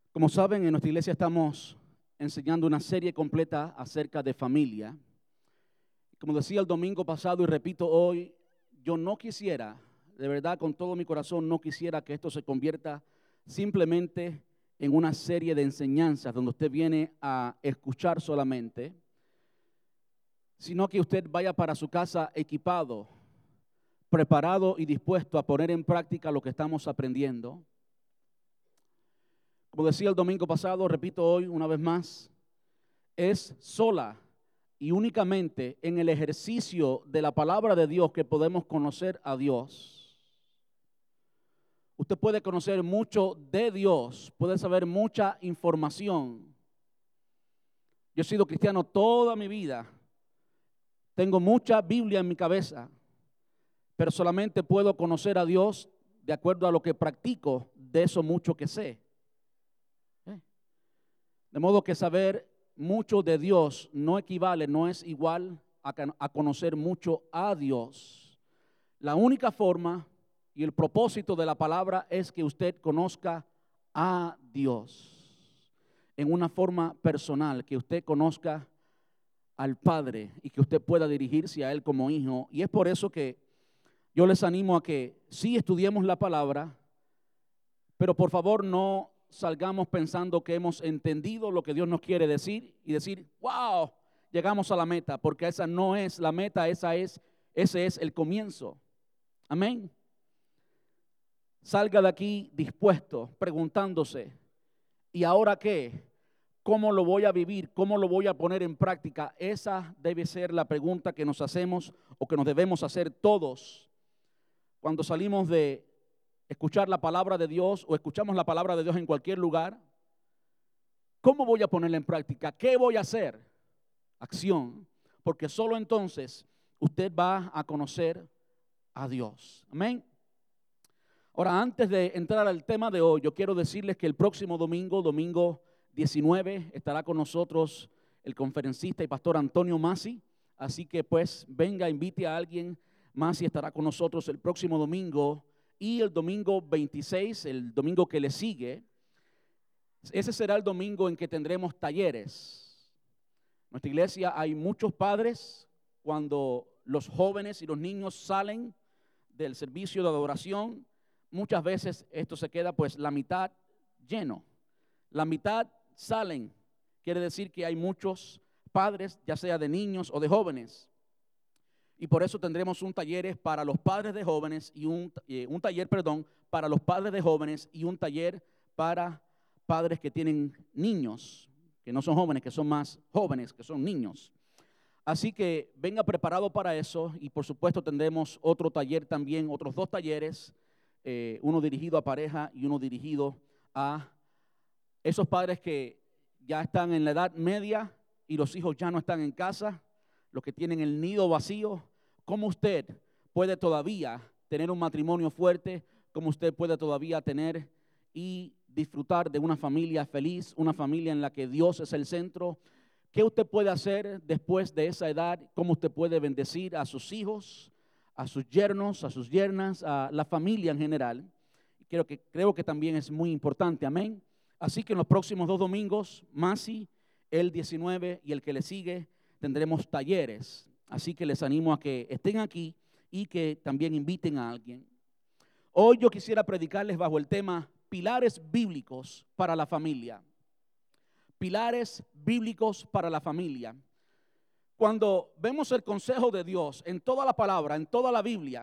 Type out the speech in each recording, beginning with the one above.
Como saben, en nuestra iglesia estamos enseñando una serie completa acerca de familia. Como decía el domingo pasado y repito hoy, yo no quisiera, de verdad con todo mi corazón, no quisiera que esto se convierta simplemente en una serie de enseñanzas donde usted viene a escuchar solamente, sino que usted vaya para su casa equipado, preparado y dispuesto a poner en práctica lo que estamos aprendiendo. Como decía el domingo pasado, repito hoy una vez más, es sola y únicamente en el ejercicio de la palabra de Dios que podemos conocer a Dios. Usted puede conocer mucho de Dios, puede saber mucha información. Yo he sido cristiano toda mi vida, tengo mucha Biblia en mi cabeza, pero solamente puedo conocer a Dios de acuerdo a lo que practico de eso mucho que sé. De modo que saber mucho de Dios no equivale, no es igual a conocer mucho a Dios. La única forma y el propósito de la palabra es que usted conozca a Dios en una forma personal, que usted conozca al Padre y que usted pueda dirigirse a Él como hijo. Y es por eso que yo les animo a que sí estudiemos la palabra, pero por favor no salgamos pensando que hemos entendido lo que Dios nos quiere decir y decir, wow, llegamos a la meta, porque esa no es la meta, ese es el comienzo. Amén. Salga de aquí dispuesto, preguntándose, ¿y ahora qué? ¿Cómo lo voy a vivir? ¿Cómo lo voy a poner en práctica? Esa debe ser la pregunta que nos hacemos o que nos debemos hacer todos cuando salimos de escuchar la palabra de Dios o escuchamos la palabra de Dios en cualquier lugar. ¿Cómo voy a ponerla en práctica? ¿Qué voy a hacer? Acción, porque solo entonces usted va a conocer a Dios. Amén. Ahora, antes de entrar al tema de hoy, yo quiero decirles que el próximo domingo, domingo 19, estará con nosotros el conferencista y pastor Antonio Masi. Así que pues venga, invite a alguien. Masi estará con nosotros el próximo domingo. Y el domingo 26, el domingo que le sigue, ese será el domingo en que tendremos talleres. En nuestra iglesia hay muchos padres, cuando los jóvenes y los niños salen del servicio de adoración, muchas veces esto se queda pues la mitad lleno. La mitad salen, quiere decir que hay muchos padres, ya sea de niños o de jóvenes. Y por eso tendremos un taller para los padres de jóvenes y un taller para los padres de jóvenes y un taller para padres que tienen niños, que no son jóvenes, que son más jóvenes, que son niños. Así que venga preparado para eso y por supuesto tendremos otro taller también, otros dos talleres, uno dirigido a pareja y uno dirigido a esos padres que ya están en la edad media y los hijos ya no están en casa, los que tienen el nido vacío. ¿Cómo usted puede todavía tener un matrimonio fuerte? ¿Cómo usted puede todavía tener y disfrutar de una familia feliz, una familia en la que Dios es el centro? ¿Qué usted puede hacer después de esa edad? ¿Cómo usted puede bendecir a sus hijos, a sus yernos, a sus yernas, a la familia en general? Creo que también es muy importante, amén. Así que en los próximos 2 domingos, Masi, el 19 y el que le sigue, tendremos talleres. Así que les animo a que estén aquí y que también inviten a alguien. Hoy yo quisiera predicarles bajo el tema pilares bíblicos para la familia. Pilares bíblicos para la familia. Cuando vemos el consejo de Dios en toda la palabra, en toda la Biblia,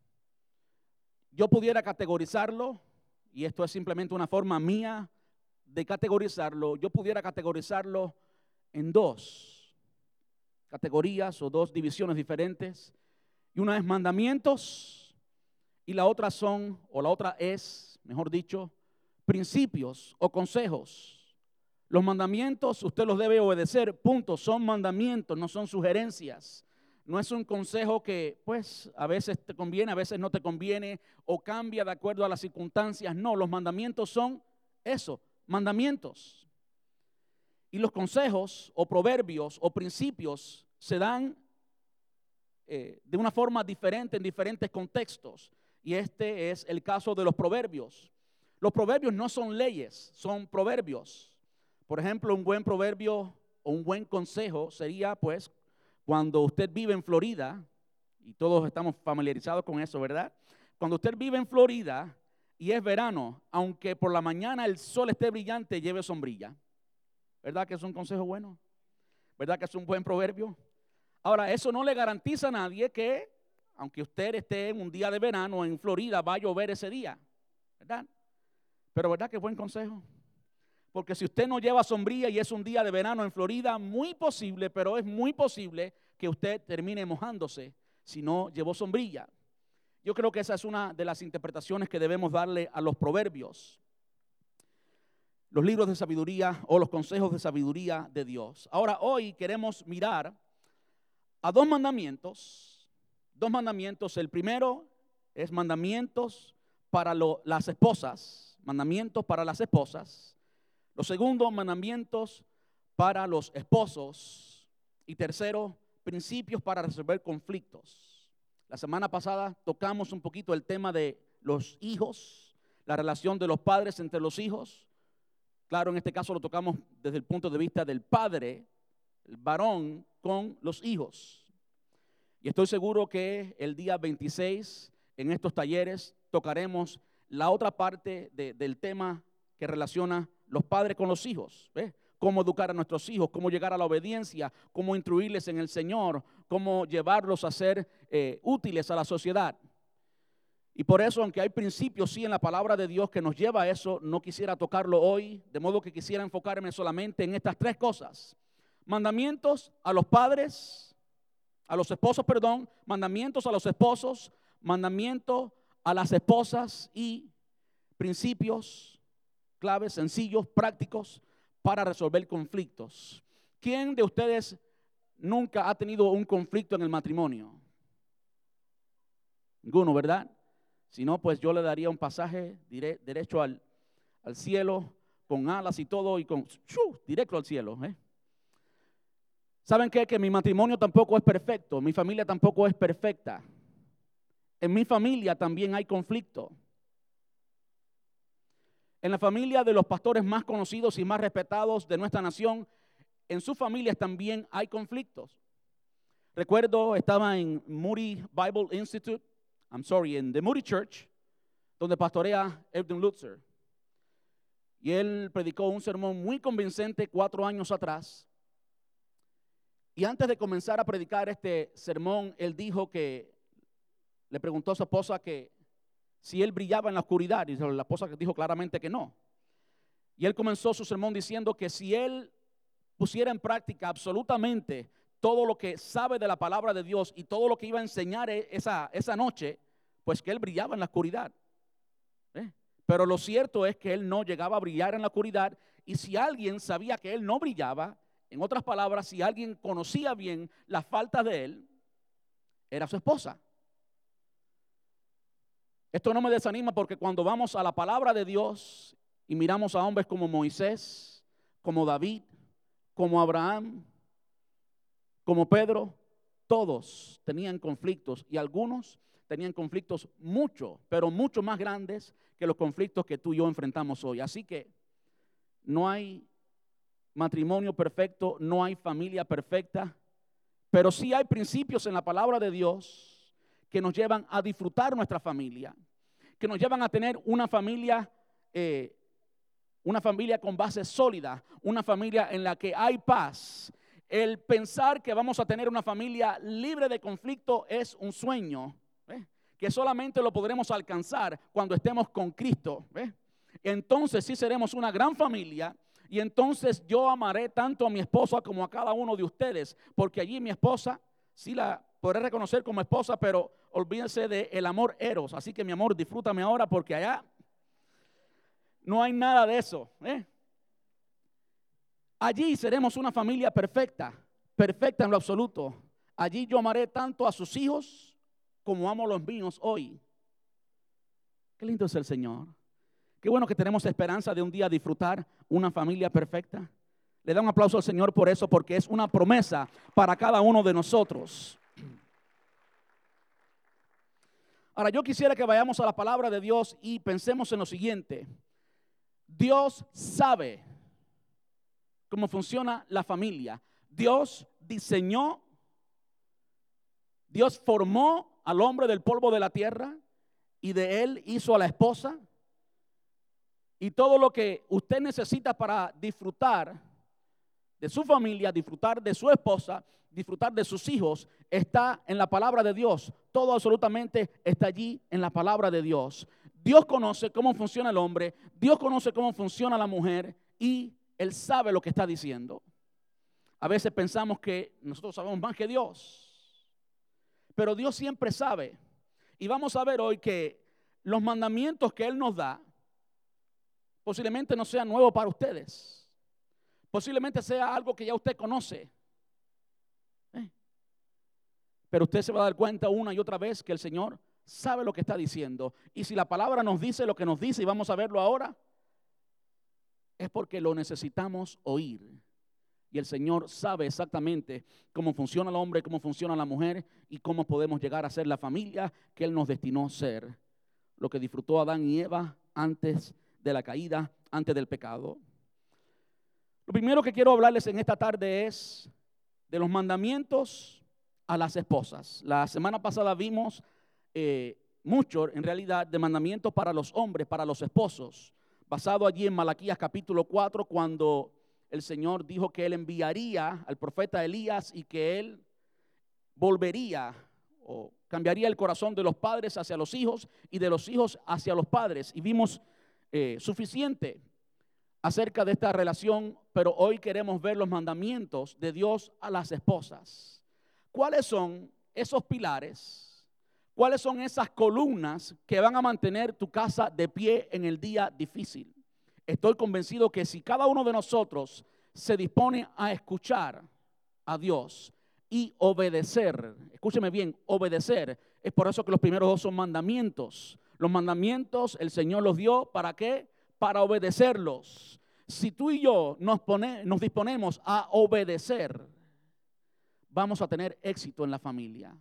yo pudiera categorizarlo, y esto es simplemente una forma mía de categorizarlo, yo pudiera categorizarlo en 2 categorías o 2 divisiones diferentes. Y una es mandamientos y la otra es, mejor dicho, principios o consejos. Los mandamientos usted los debe obedecer, punto. Son mandamientos, no son sugerencias. No es un consejo que pues a veces te conviene, a veces no te conviene o cambia de acuerdo a las circunstancias. No, los mandamientos son eso, mandamientos. Y los consejos o proverbios o principios se dan de una forma diferente en diferentes contextos. Y este es el caso de los proverbios. Los proverbios no son leyes, son proverbios. Por ejemplo, un buen proverbio o un buen consejo sería, pues, cuando usted vive en Florida, y todos estamos familiarizados con eso, ¿verdad? Cuando usted vive en Florida y es verano, aunque por la mañana el sol esté brillante, lleve sombrilla. ¿Verdad que es un consejo bueno? ¿Verdad que es un buen proverbio? Ahora, eso no le garantiza a nadie que, aunque usted esté en un día de verano en Florida, va a llover ese día, ¿verdad? Pero ¿verdad que es buen consejo? Porque si usted no lleva sombrilla y es un día de verano en Florida, muy posible, pero es muy posible que usted termine mojándose si no llevó sombrilla. Yo creo que esa es una de las interpretaciones que debemos darle a los proverbios, los libros de sabiduría o los consejos de sabiduría de Dios. Ahora, hoy queremos mirar a dos mandamientos. El primero es mandamientos para las esposas, mandamientos para las esposas. Lo segundo, mandamientos para los esposos. Y tercero, principios para resolver conflictos. La semana pasada tocamos un poquito el tema de los hijos, la relación de los padres entre los hijos. Claro, en este caso lo tocamos desde el punto de vista del padre, el varón, con los hijos. Y estoy seguro que el día 26 en estos talleres tocaremos la otra parte del tema que relaciona los padres con los hijos. ¿Ves? Cómo educar a nuestros hijos, cómo llegar a la obediencia, cómo instruirles en el Señor, cómo llevarlos a ser útiles a la sociedad. Y por eso, aunque hay principios sí en la palabra de Dios que nos lleva a eso, no quisiera tocarlo hoy, de modo que quisiera enfocarme solamente en estas tres cosas. Mandamientos a los padres, a los esposos, perdón, mandamientos a los esposos, mandamientos a las esposas y principios claves, sencillos, prácticos para resolver conflictos. ¿Quién de ustedes nunca ha tenido un conflicto en el matrimonio? Ninguno, ¿verdad? Si no, pues yo le daría un pasaje derecho al cielo, con alas y todo, y directo al cielo. ¿Saben qué? Que mi matrimonio tampoco es perfecto, mi familia tampoco es perfecta. En mi familia también hay conflicto. En la familia de los pastores más conocidos y más respetados de nuestra nación, en sus familias también hay conflictos. Recuerdo, estaba en Moody Bible Institute, en the Moody Church, donde pastorea Eldon Lutzer. Y él predicó un sermón muy convincente 4 años atrás. Y antes de comenzar a predicar este sermón, él dijo que, le preguntó a su esposa que si él brillaba en la oscuridad, y la esposa dijo claramente que no. Y él comenzó su sermón diciendo que si él pusiera en práctica absolutamente todo lo que sabe de la palabra de Dios y todo lo que iba a enseñar esa noche, pues que él brillaba en la oscuridad. Pero lo cierto es que él no llegaba a brillar en la oscuridad, y si alguien sabía que él no brillaba, en otras palabras, si alguien conocía bien las faltas de él, era su esposa. Esto no me desanima, porque cuando vamos a la palabra de Dios y miramos a hombres como Moisés, como David, como Abraham, como Pedro, todos tenían conflictos, y algunos tenían conflictos mucho, pero mucho más grandes que los conflictos que tú y yo enfrentamos hoy. Así que no hay matrimonio perfecto, no hay familia perfecta, pero sí hay principios en la palabra de Dios que nos llevan a disfrutar nuestra familia, que nos llevan a tener una familia con base sólida, una familia en la que hay paz. El pensar que vamos a tener una familia libre de conflicto es un sueño, que solamente lo podremos alcanzar cuando estemos con Cristo. Entonces sí seremos una gran familia, y entonces yo amaré tanto a mi esposa como a cada uno de ustedes, porque allí mi esposa sí la podré reconocer como esposa, pero olvídense del amor eros. Así que mi amor, disfrútame ahora, porque allá no hay nada de eso. Allí seremos una familia perfecta, perfecta en lo absoluto. Allí yo amaré tanto a sus hijos como amo a los míos hoy. Qué lindo es el Señor. Qué bueno que tenemos esperanza de un día disfrutar una familia perfecta. Le da un aplauso al Señor por eso, porque es una promesa para cada uno de nosotros. Ahora, yo quisiera que vayamos a la palabra de Dios y pensemos en lo siguiente. Dios sabe cómo funciona la familia. Dios diseñó, Dios formó al hombre del polvo de la tierra y de él hizo a la esposa. Y todo lo que usted necesita para disfrutar de su familia, disfrutar de su esposa, disfrutar de sus hijos, está en la palabra de Dios. Todo absolutamente está allí en la palabra de Dios. Dios conoce cómo funciona el hombre, Dios conoce cómo funciona la mujer y Él sabe lo que está diciendo. A veces pensamos que nosotros sabemos más que Dios, pero Dios siempre sabe. Y vamos a ver hoy que los mandamientos que Él nos da posiblemente no sean nuevos para ustedes. Posiblemente sea algo que ya usted conoce. Pero usted se va a dar cuenta una y otra vez que el Señor sabe lo que está diciendo. Y si la palabra nos dice lo que nos dice, y vamos a verlo ahora, es porque lo necesitamos oír. Y el Señor sabe exactamente cómo funciona el hombre, cómo funciona la mujer y cómo podemos llegar a ser la familia que Él nos destinó a ser. Lo que disfrutó Adán y Eva antes de la caída, antes del pecado. Lo primero que quiero hablarles en esta tarde es de los mandamientos a las esposas. La semana pasada vimos mucho, en realidad, de mandamientos para los hombres, para los esposos, basado allí en Malaquías capítulo 4, cuando el Señor dijo que Él enviaría al profeta Elías y que Él volvería o cambiaría el corazón de los padres hacia los hijos y de los hijos hacia los padres. Y vimos suficiente acerca de esta relación, pero hoy queremos ver los mandamientos de Dios a las esposas. ¿Cuáles son esos pilares? ¿Cuáles son esas columnas que van a mantener tu casa de pie en el día difícil? Estoy convencido que si cada uno de nosotros se dispone a escuchar a Dios y obedecer, escúcheme bien, obedecer, es por eso que los primeros dos son mandamientos. Los mandamientos el Señor los dio, ¿para qué? Para obedecerlos. Si tú y yo nos disponemos a obedecer, vamos a tener éxito en la familia.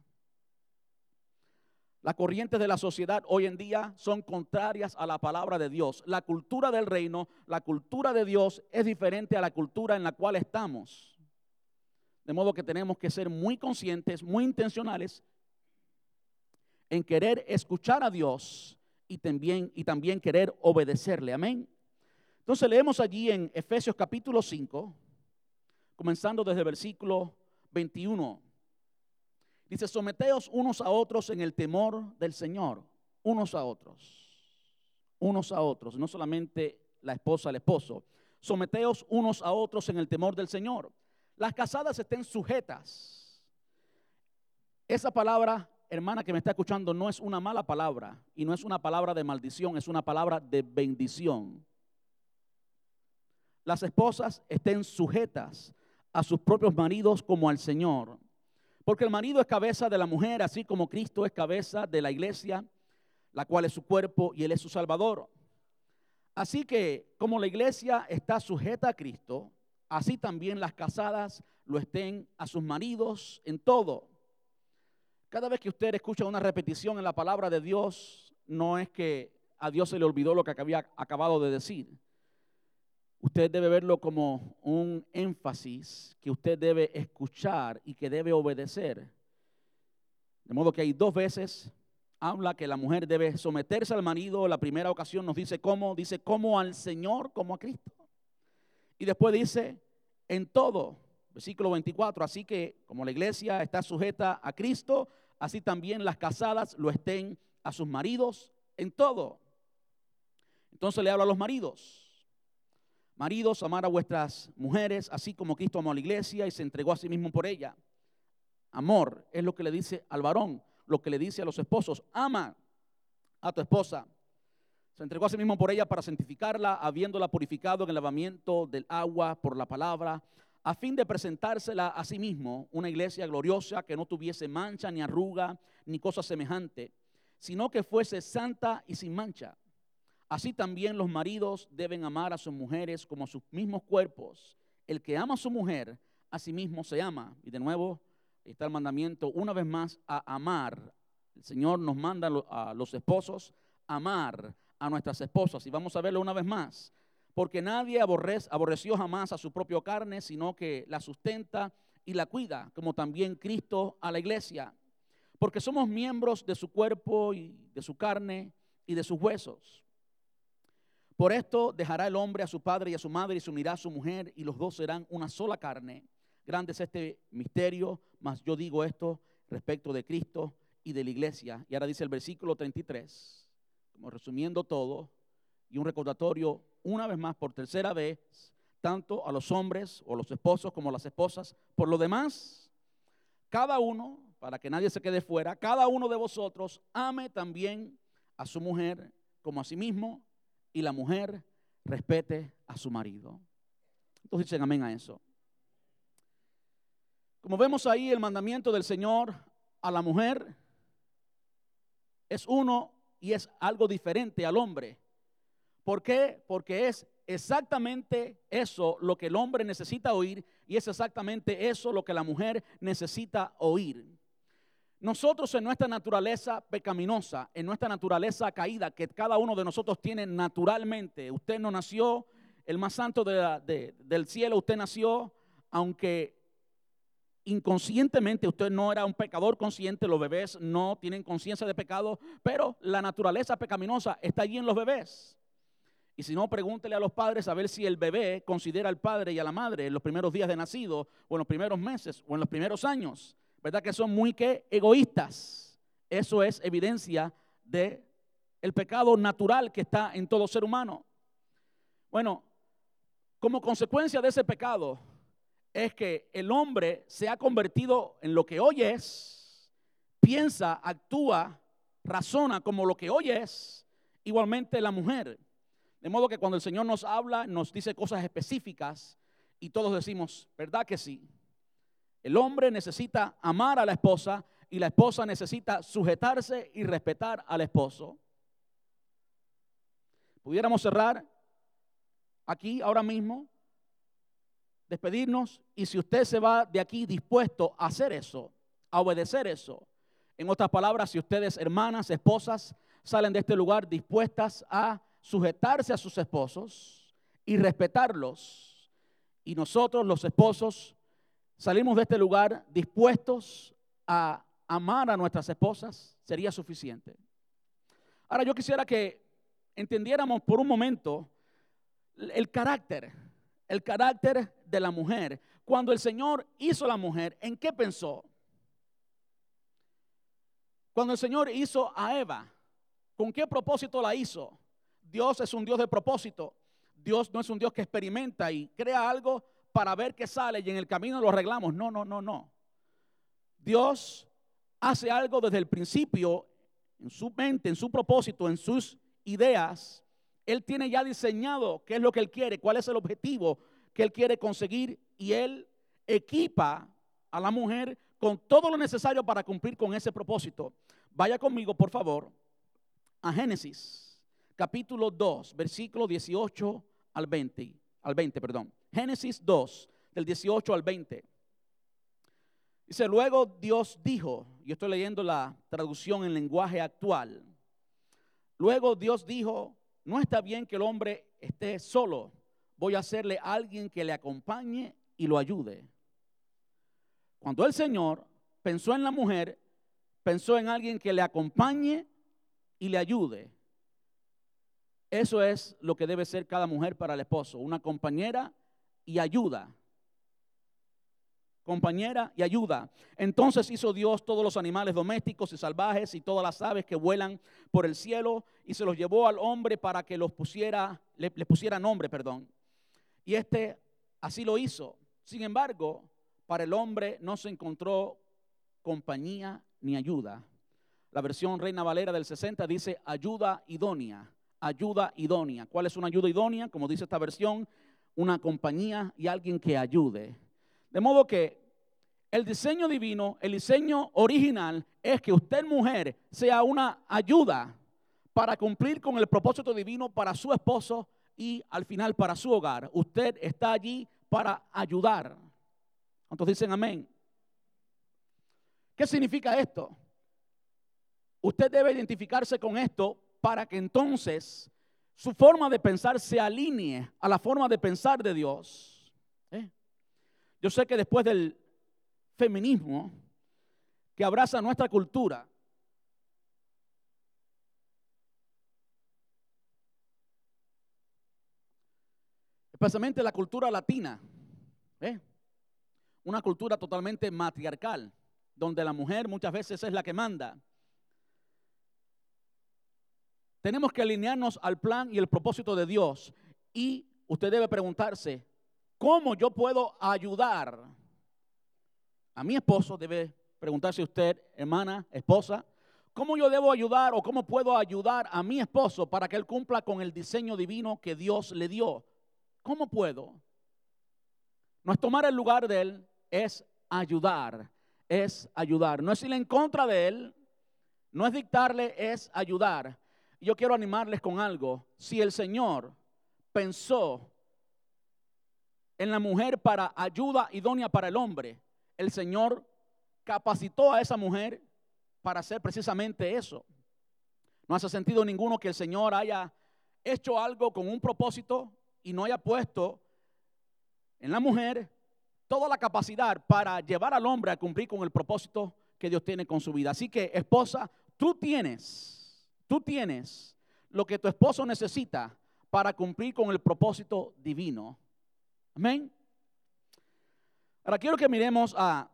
Las corrientes de la sociedad hoy en día son contrarias a la palabra de Dios. La cultura del reino, la cultura de Dios es diferente a la cultura en la cual estamos. De modo que tenemos que ser muy conscientes, muy intencionales en querer escuchar a Dios y también querer obedecerle. Amén. Entonces leemos allí en Efesios capítulo 5, comenzando desde el versículo 21. Dice: someteos unos a otros en el temor del Señor. Unos a otros. Unos a otros. No solamente la esposa al esposo. Someteos unos a otros en el temor del Señor. Las casadas estén sujetas. Esa palabra, hermana que me está escuchando, no es una mala palabra. Y no es una palabra de maldición, es una palabra de bendición. Las esposas estén sujetas a sus propios maridos como al Señor. Porque el marido es cabeza de la mujer, así como Cristo es cabeza de la iglesia, la cual es su cuerpo y Él es su Salvador. Así que como la iglesia está sujeta a Cristo, así también las casadas lo estén a sus maridos en todo. Cada vez que usted escucha una repetición en la palabra de Dios, no es que a Dios se le olvidó lo que había acabado de decir. Usted debe verlo como un énfasis que usted debe escuchar y que debe obedecer. De modo que hay dos veces habla que la mujer debe someterse al marido. La primera ocasión nos dice cómo al Señor, como a Cristo. Y después dice en todo, versículo 24, así que como la iglesia está sujeta a Cristo, así también las casadas lo estén a sus maridos en todo. Entonces le habla a los maridos. Maridos, amar a vuestras mujeres, así como Cristo amó a la iglesia y se entregó a sí mismo por ella. Amor es lo que le dice al varón, lo que le dice a los esposos. Ama a tu esposa. Se entregó a sí mismo por ella para santificarla, habiéndola purificado en el lavamiento del agua por la palabra, a fin de presentársela a sí mismo, una iglesia gloriosa que no tuviese mancha, ni arruga, ni cosa semejante, sino que fuese santa y sin mancha. Así también los maridos deben amar a sus mujeres como a sus mismos cuerpos. El que ama a su mujer, a sí mismo se ama. Y de nuevo está el mandamiento una vez más a amar. El Señor nos manda a los esposos amar a nuestras esposas. Y vamos a verlo una vez más. porque nadie aborreció jamás a su propia carne, sino que la sustenta y la cuida, como también Cristo a la iglesia, porque somos miembros de su cuerpo y de su carne y de sus huesos. Por esto dejará el hombre a su padre y a su madre y se unirá a su mujer y los dos serán una sola carne. Grande es este misterio, mas yo digo esto respecto de Cristo y de la iglesia. Y ahora dice el versículo 33, como resumiendo todo, y un recordatorio una vez más, por tercera vez, tanto a los hombres o los esposos como a las esposas. Por lo demás, cada uno, para que nadie se quede fuera, cada uno de vosotros ame también a su mujer como a sí mismo, y la mujer respete a su marido. Entonces dicen amén a eso. Como vemos ahí, el mandamiento del Señor a la mujer es uno y es algo diferente al hombre. ¿Por qué? Porque es exactamente eso lo que el hombre necesita oír y es exactamente eso lo que la mujer necesita oír. Nosotros en nuestra naturaleza pecaminosa, en nuestra naturaleza caída que cada uno de nosotros tiene naturalmente, usted no nació el más santo del cielo, usted nació, aunque inconscientemente usted no era un pecador consciente, los bebés no tienen conciencia de pecado, pero la naturaleza pecaminosa está allí en los bebés. Y si no, pregúntele a los padres a ver si el bebé considera al padre y a la madre en los primeros días de nacido, o en los primeros meses, o en los primeros años. ¿Verdad que son muy egoístas? Eso es evidencia de el pecado natural que está en todo ser humano. Bueno, como consecuencia de ese pecado es que el hombre se ha convertido en lo que hoy es, piensa, actúa, razona como lo que hoy es, igualmente la mujer. De modo que cuando el Señor nos habla, nos dice cosas específicas y todos decimos, ¿verdad que sí? El hombre necesita amar a la esposa y la esposa necesita sujetarse y respetar al esposo. Pudiéramos cerrar aquí ahora mismo, despedirnos, y si usted se va de aquí dispuesto a hacer eso, a obedecer eso, en otras palabras, si ustedes, hermanas, esposas, salen de este lugar dispuestas a sujetarse a sus esposos y respetarlos, y nosotros los esposos salimos de este lugar dispuestos a amar a nuestras esposas, sería suficiente. Ahora yo quisiera que entendiéramos por un momento el carácter de la mujer. Cuando el Señor hizo la mujer, ¿en qué pensó? Cuando el Señor hizo a Eva, ¿con qué propósito la hizo? Dios es un Dios de propósito. Dios no es un Dios que experimenta y crea algo para ver qué sale y en el camino lo arreglamos. No. Dios hace algo desde el principio, en su mente, en su propósito, en sus ideas. Él tiene ya diseñado qué es lo que Él quiere, cuál es el objetivo que Él quiere conseguir, y Él equipa a la mujer con todo lo necesario para cumplir con ese propósito. Vaya conmigo, por favor, a Génesis, capítulo 2, versículo 18 al 20. Génesis 2, del 18 al 20. Dice, luego Dios dijo, yo estoy leyendo la traducción en lenguaje actual. Luego Dios dijo, no está bien que el hombre esté solo, voy a hacerle a alguien que le acompañe y lo ayude. Cuando el Señor pensó en la mujer, pensó en alguien que le acompañe y le ayude. Eso es lo que debe ser cada mujer para el esposo, una compañera y ayuda. Compañera y ayuda. Entonces hizo Dios todos los animales domésticos y salvajes y todas las aves que vuelan por el cielo y se los llevó al hombre para que les pusiera nombre. Y así lo hizo. Sin embargo, para el hombre no se encontró compañía ni ayuda. La versión Reina Valera del 60 dice ayuda idónea. Ayuda idónea. ¿Cuál es una ayuda idónea? Como dice esta versión, una compañía y alguien que ayude. De modo que el diseño divino, el diseño original es que usted, mujer, sea una ayuda para cumplir con el propósito divino para su esposo y al final para su hogar. Usted está allí para ayudar. ¿Cuántos dicen amén? ¿Qué significa esto? Usted debe identificarse con esto para que entonces, su forma de pensar se alinee a la forma de pensar de Dios. Yo sé que después del feminismo que abraza nuestra cultura, especialmente la cultura latina, una cultura totalmente matriarcal, donde la mujer muchas veces es la que manda. Tenemos que alinearnos al plan y el propósito de Dios. Y usted debe preguntarse, ¿cómo yo puedo ayudar a mi esposo? Debe preguntarse usted, hermana, esposa, ¿cómo yo debo ayudar o cómo puedo ayudar a mi esposo para que él cumpla con el diseño divino que Dios le dio? ¿Cómo puedo? No es tomar el lugar de él, es ayudar, es ayudar. No es ir en contra de él, no es dictarle, es ayudar. Yo quiero animarles con algo. Si el Señor pensó en la mujer para ayuda idónea para el hombre, el Señor capacitó a esa mujer para hacer precisamente eso. No hace sentido ninguno que el Señor haya hecho algo con un propósito y no haya puesto en la mujer toda la capacidad para llevar al hombre a cumplir con el propósito que Dios tiene con su vida. Así que, esposa, tú tienes lo que tu esposo necesita para cumplir con el propósito divino. Amén. Ahora quiero que miremos a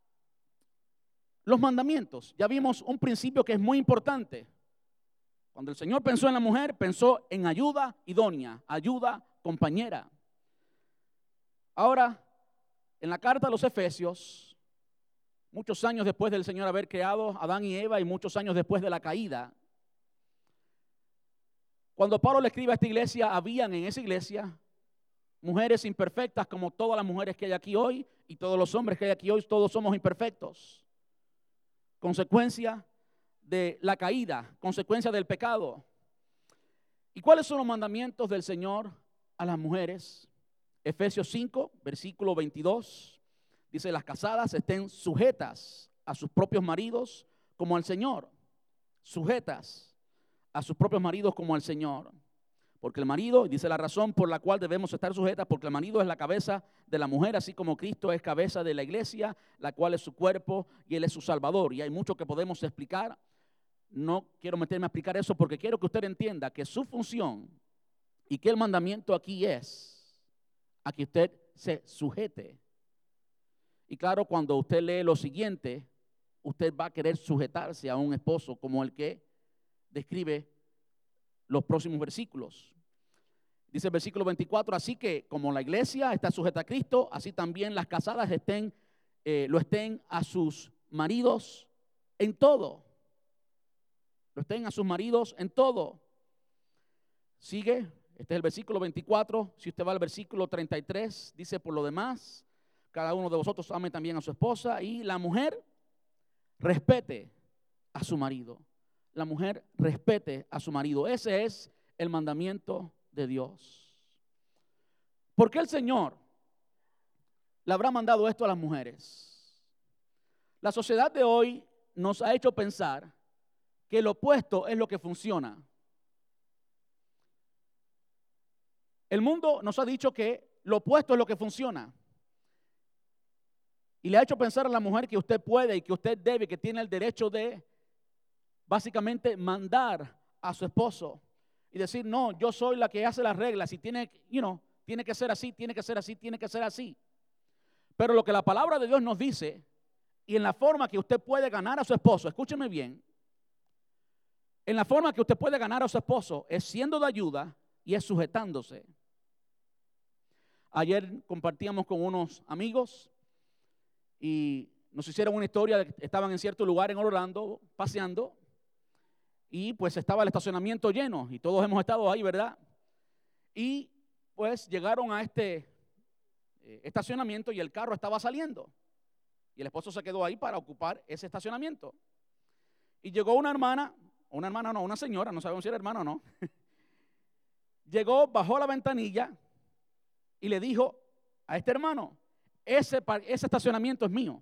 los mandamientos. Ya vimos un principio que es muy importante. Cuando el Señor pensó en la mujer, pensó en ayuda idónea, ayuda compañera. Ahora, en la carta a los Efesios, muchos años después del Señor haber creado a Adán y Eva y muchos años después de la caída, cuando Pablo le escribe a esta iglesia, habían en esa iglesia mujeres imperfectas como todas las mujeres que hay aquí hoy y todos los hombres que hay aquí hoy, todos somos imperfectos. Consecuencia de la caída, consecuencia del pecado. ¿Y cuáles son los mandamientos del Señor a las mujeres? Efesios 5, versículo 22, dice: las casadas estén sujetas a sus propios maridos como al Señor. Sujetas a sus propios maridos como al Señor. Porque el marido, dice la razón por la cual debemos estar sujetas, porque el marido es la cabeza de la mujer, así como Cristo es cabeza de la iglesia, la cual es su cuerpo y Él es su Salvador. Y hay mucho que podemos explicar. No quiero meterme a explicar eso porque quiero que usted entienda que su función y que el mandamiento aquí es a que usted se sujete. Y claro, cuando usted lee lo siguiente, usted va a querer sujetarse a un esposo como el que describe los próximos versículos. Dice el versículo 24: así que como la iglesia está sujeta a Cristo, así también las casadas lo estén a sus maridos en todo. Lo estén a sus maridos en todo. Sigue, este es el versículo 24. Si usted va al versículo 33, dice: por lo demás, cada uno de vosotros ame también a su esposa, y la mujer respete a su marido. La mujer respete a su marido. Ese es el mandamiento de Dios. ¿Por qué el Señor le habrá mandado esto a las mujeres? La sociedad de hoy nos ha hecho pensar que lo opuesto es lo que funciona. El mundo nos ha dicho que lo opuesto es lo que funciona. Y le ha hecho pensar a la mujer que usted puede y que usted debe, que tiene el derecho de básicamente mandar a su esposo y decir: no, yo soy la que hace las reglas y tiene que ser así, tiene que ser así, tiene que ser así. Pero lo que la palabra de Dios nos dice, y en la forma que usted puede ganar a su esposo, escúcheme bien, en la forma que usted puede ganar a su esposo es siendo de ayuda y es sujetándose. Ayer compartíamos con unos amigos y nos hicieron una historia de que estaban en cierto lugar en Orlando paseando. Y pues estaba el estacionamiento lleno y todos hemos estado ahí, ¿verdad? Y pues llegaron a este estacionamiento y el carro estaba saliendo. Y el esposo se quedó ahí para ocupar ese estacionamiento. Y llegó una señora, no sabemos si era hermana o no. Llegó, bajó la ventanilla y le dijo a este hermano: ese estacionamiento es mío.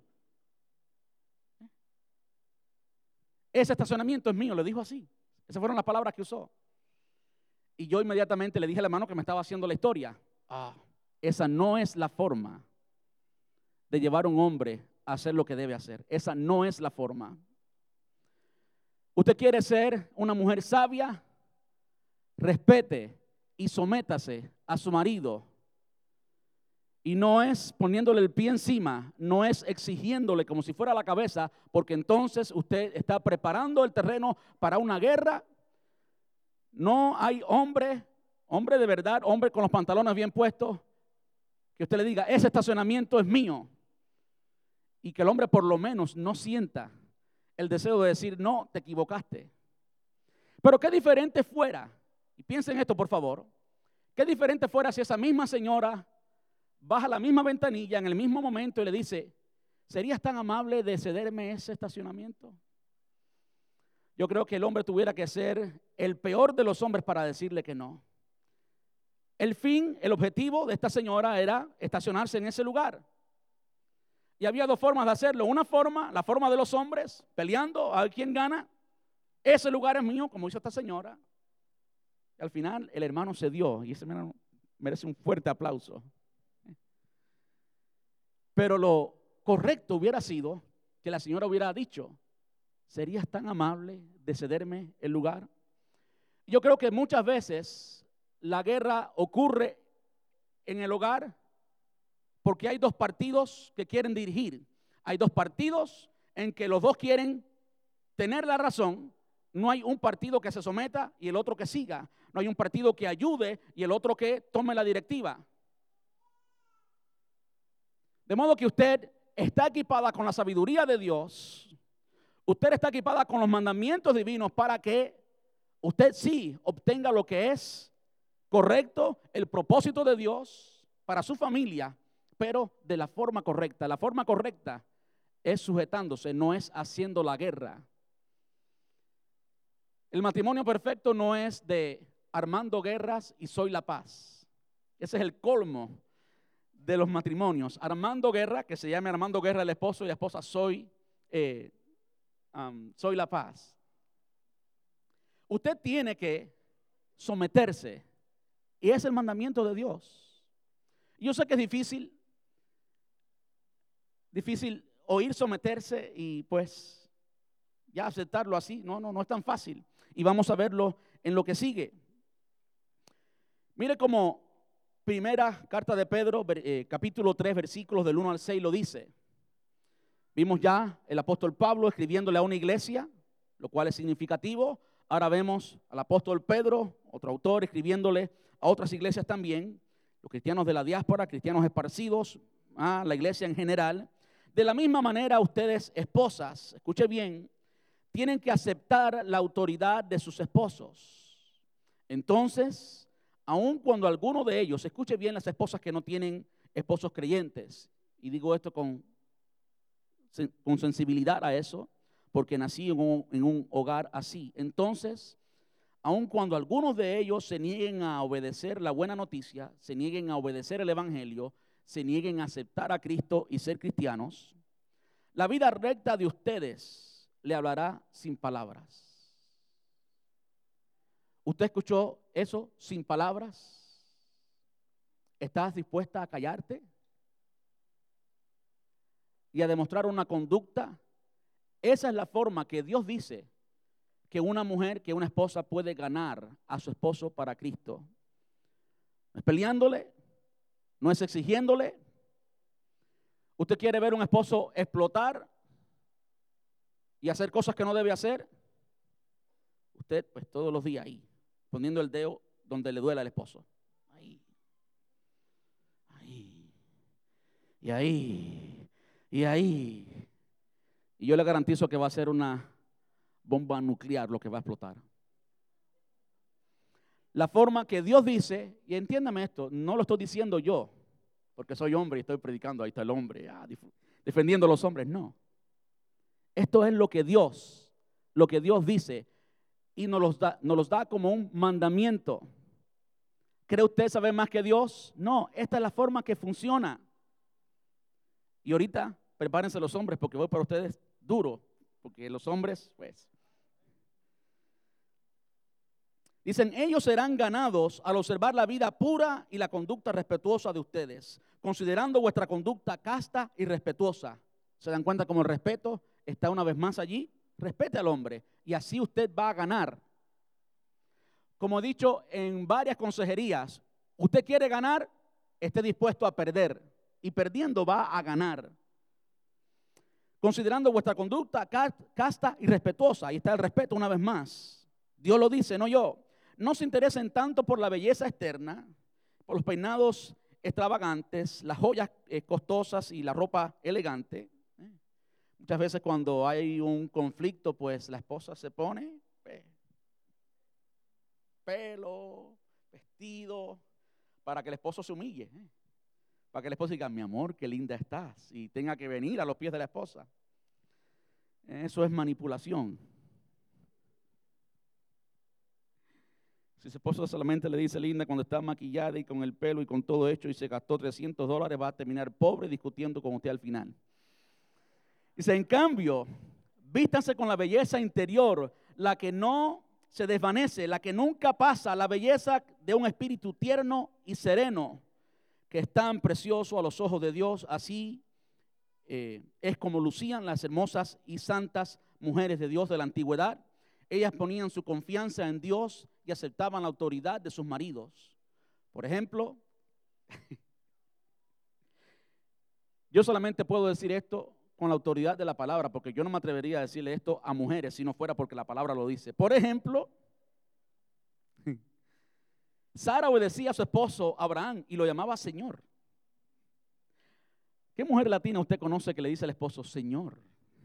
Ese estacionamiento es mío, le dijo así. Esas fueron las palabras que usó. Y yo inmediatamente le dije al hermano que me estaba haciendo la historia. Esa no es la forma de llevar a un hombre a hacer lo que debe hacer. Esa no es la forma. Usted quiere ser una mujer sabia, respete y sométase a su marido. Y no es poniéndole el pie encima, no es exigiéndole como si fuera la cabeza, porque entonces usted está preparando el terreno para una guerra. No hay hombre de verdad, hombre con los pantalones bien puestos, que usted le diga, ese estacionamiento es mío. Y que el hombre por lo menos no sienta el deseo de decir, no, te equivocaste. Pero qué diferente fuera, y piensen en esto por favor, qué diferente fuera si esa misma señora baja la misma ventanilla en el mismo momento y le dice, ¿serías tan amable de cederme ese estacionamiento? Yo creo que el hombre tuviera que ser el peor de los hombres para decirle que no. El objetivo de esta señora era estacionarse en ese lugar. Y había dos formas de hacerlo. Una forma, la forma de los hombres, peleando a ver quién gana. Ese lugar es mío, como hizo esta señora. Y al final el hermano cedió, y ese hermano merece un fuerte aplauso. Pero lo correcto hubiera sido que la señora hubiera dicho, ¿serías tan amable de cederme el lugar? Yo creo que muchas veces la guerra ocurre en el hogar porque hay dos partidos que quieren dirigir. Hay dos partidos en que los dos quieren tener la razón. No hay un partido que se someta y el otro que siga. No hay un partido que ayude y el otro que tome la directiva. De modo que usted está equipada con la sabiduría de Dios. Usted está equipada con los mandamientos divinos para que usted sí obtenga lo que es correcto, el propósito de Dios para su familia, pero de la forma correcta. La forma correcta es sujetándose, no es haciendo la guerra. El matrimonio perfecto no es de armando guerras y soy la paz. Ese es el colmo de los matrimonios. Armando guerra, que se llame armando guerra el esposo y la esposa, soy la paz. Usted tiene que someterse y es el mandamiento de Dios. Yo sé que es difícil oír someterse y pues ya aceptarlo así. No es tan fácil. Y vamos a verlo en lo que sigue. Mire cómo primera carta de Pedro, capítulo 3, versículos del 1 al 6 lo dice. Vimos ya el apóstol Pablo escribiéndole a una iglesia, lo cual es significativo. Ahora vemos al apóstol Pedro, otro autor, escribiéndole a otras iglesias también, los cristianos de la diáspora, cristianos esparcidos, a la iglesia en general. De la misma manera, ustedes, esposas, escuche bien, tienen que aceptar la autoridad de sus esposos. Entonces, aun cuando alguno de ellos, escuche bien las esposas que no tienen esposos creyentes, y digo esto con sensibilidad a eso, porque nací en un hogar así. Entonces, aun cuando algunos de ellos se nieguen a obedecer la buena noticia, se nieguen a obedecer el evangelio, se nieguen a aceptar a Cristo y ser cristianos, la vida recta de ustedes le hablará sin palabras. ¿Usted escuchó eso? Sin palabras. ¿Estás dispuesta a callarte y a demostrar una conducta? Esa es la forma que Dios dice que una mujer, que una esposa puede ganar a su esposo para Cristo. No es peleándole, no es exigiéndole. ¿Usted quiere ver a un esposo explotar y hacer cosas que no debe hacer? Usted pues todos los días ahí, poniendo el dedo donde le duele al esposo. Ahí. Y ahí. Y ahí. Y yo le garantizo que va a ser una bomba nuclear lo que va a explotar. La forma que Dios dice, y entiéndame esto, no lo estoy diciendo yo, porque soy hombre y estoy predicando, ahí está el hombre, defendiendo a los hombres, no. Esto es lo que Dios dice y nos los da como un mandamiento. ¿Cree usted saber más que Dios? No, esta es la forma que funciona. Y ahorita prepárense los hombres porque voy para ustedes duro, porque los hombres, pues. Dicen, ellos serán ganados al observar la vida pura y la conducta respetuosa de ustedes, considerando vuestra conducta casta y respetuosa. ¿Se dan cuenta cómo el respeto está una vez más allí? Respete al hombre y así usted va a ganar. Como he dicho en varias consejerías, usted quiere ganar, esté dispuesto a perder y perdiendo va a ganar. Considerando vuestra conducta casta y respetuosa. Ahí está el respeto una vez más. Dios lo dice, no yo. No se interesen tanto por la belleza externa, por los peinados extravagantes, las joyas costosas y la ropa elegante. Muchas veces cuando hay un conflicto, pues la esposa se pone pelo, vestido, para que el esposo se humille. Para que el esposo diga, mi amor, qué linda estás, y tenga que venir a los pies de la esposa. Eso es manipulación. Si su esposo solamente le dice linda cuando está maquillada y con el pelo y con todo hecho y se gastó $300, va a terminar pobre discutiendo con usted al final. Dice, en cambio, vístanse con la belleza interior, la que no se desvanece, la que nunca pasa, la belleza de un espíritu tierno y sereno, que es tan precioso a los ojos de Dios. Así es como lucían las hermosas y santas mujeres de Dios de la antigüedad. Ellas ponían su confianza en Dios y aceptaban la autoridad de sus maridos. Por ejemplo, yo solamente puedo decir esto con la autoridad de la palabra, porque yo no me atrevería a decirle esto a mujeres si no fuera porque la palabra lo dice. Por ejemplo, Sara obedecía a su esposo Abraham y lo llamaba Señor. ¿Qué mujer latina usted conoce que le dice al esposo Señor?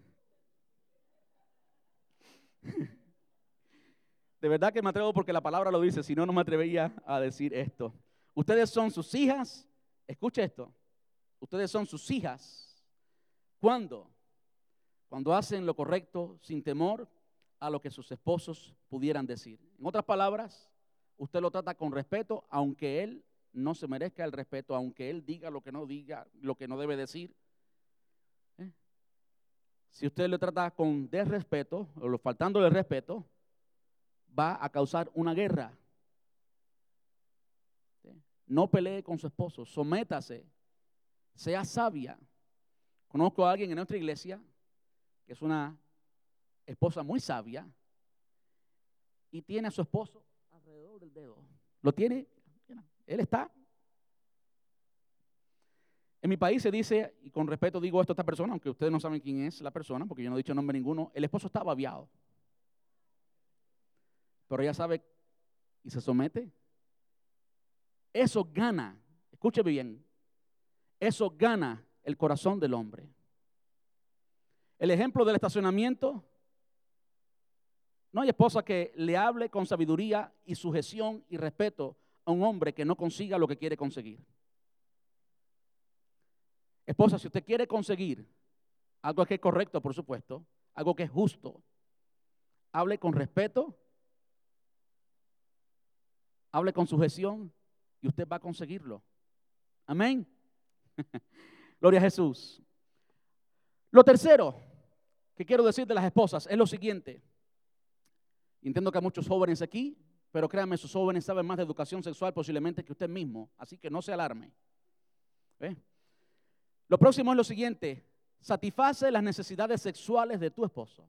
De verdad que me atrevo porque la palabra lo dice, si no, no me atrevería a decir esto. Ustedes son sus hijas, escuche esto, ustedes son sus hijas. ¿Cuándo? Cuando hacen lo correcto sin temor a lo que sus esposos pudieran decir. En otras palabras, usted lo trata con respeto, aunque él no se merezca el respeto, aunque él diga, lo que no debe decir. Si usted lo trata con desrespeto, o faltándole respeto, va a causar una guerra. No pelee con su esposo, sométase, sea sabia. Conozco a alguien en nuestra iglesia que es una esposa muy sabia y tiene a su esposo alrededor del dedo. Lo tiene, él está. En mi país se dice, y con respeto digo esto a esta persona, aunque ustedes no saben quién es la persona, porque yo no he dicho nombre ninguno, el esposo está babiado. Pero ella sabe y se somete. Eso gana, escuche bien, eso gana el corazón del hombre. El ejemplo del estacionamiento, no hay esposa que le hable con sabiduría y sujeción y respeto a un hombre que no consiga lo que quiere conseguir. Esposa, si usted quiere conseguir algo que es correcto, por supuesto, algo que es justo, hable con respeto, hable con sujeción y usted va a conseguirlo. Amén. Gloria a Jesús. Lo tercero que quiero decir de las esposas es lo siguiente. Entiendo que hay muchos jóvenes aquí, pero créanme, sus jóvenes saben más de educación sexual posiblemente que usted mismo, así que no se alarme. Lo próximo es lo siguiente: satisface las necesidades sexuales de tu esposo.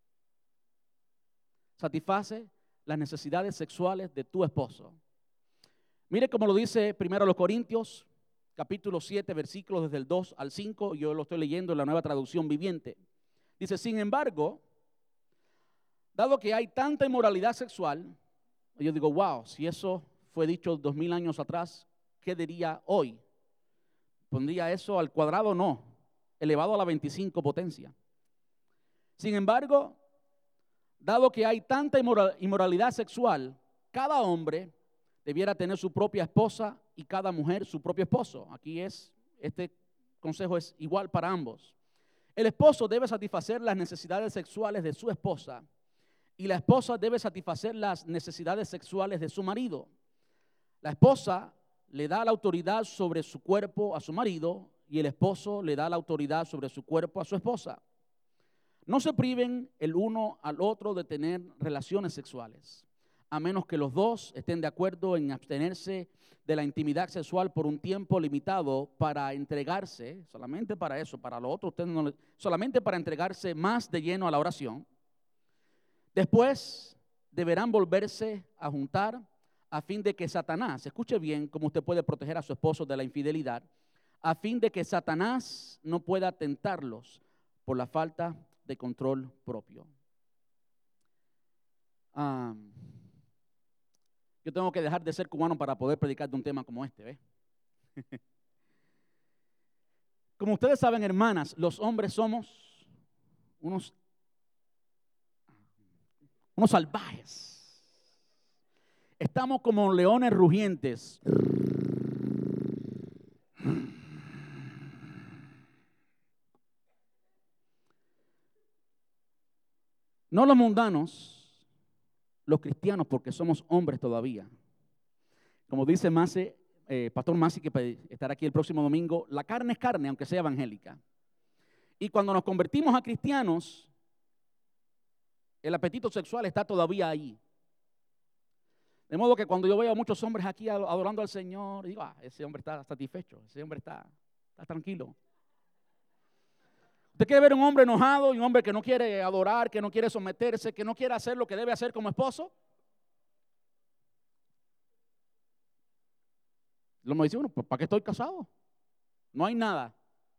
Satisface las necesidades sexuales de tu esposo. Mire cómo lo dice primero los Corintios, capítulo 7, versículos desde el 2 al 5. Yo lo estoy leyendo en la Nueva Traducción Viviente. Dice, sin embargo, dado que hay tanta inmoralidad sexual, yo digo, wow, si eso fue dicho 2000 años atrás, ¿qué diría hoy? ¿Pondría eso al cuadrado? No, elevado a la 25 potencia. Sin embargo, dado que hay tanta inmoralidad sexual, cada hombre debiera tener su propia esposa y cada mujer su propio esposo. Este consejo es igual para ambos. El esposo debe satisfacer las necesidades sexuales de su esposa y la esposa debe satisfacer las necesidades sexuales de su marido. La esposa le da la autoridad sobre su cuerpo a su marido y el esposo le da la autoridad sobre su cuerpo a su esposa. No se priven el uno al otro de tener relaciones sexuales. a menos que los dos estén de acuerdo en abstenerse de la intimidad sexual por un tiempo limitado para entregarse, solamente para eso, para lo otro, ustedes no, solamente para entregarse más de lleno a la oración. Después deberán volverse a juntar a fin de que Satanás, escuche bien cómo usted puede proteger a su esposo de la infidelidad, a fin de que Satanás no pueda tentarlos por la falta de control propio. Yo tengo que dejar de ser cubano para poder predicar de un tema como este, ¿ves? Como ustedes saben, hermanas, los hombres somos unos salvajes. Estamos como leones rugientes. No los mundanos, los cristianos, porque somos hombres todavía. Como dice Pastor Masi, que estará aquí el próximo domingo, la carne es carne, aunque sea evangélica. Y cuando nos convertimos a cristianos, el apetito sexual está todavía ahí. De modo que cuando yo veo a muchos hombres aquí adorando al Señor, digo, ese hombre está satisfecho, ese hombre está tranquilo. ¿Usted quiere ver un hombre enojado y un hombre que no quiere adorar, que no quiere someterse, que no quiere hacer lo que debe hacer como esposo? Lo me dice uno, ¿para qué estoy casado? No hay nada.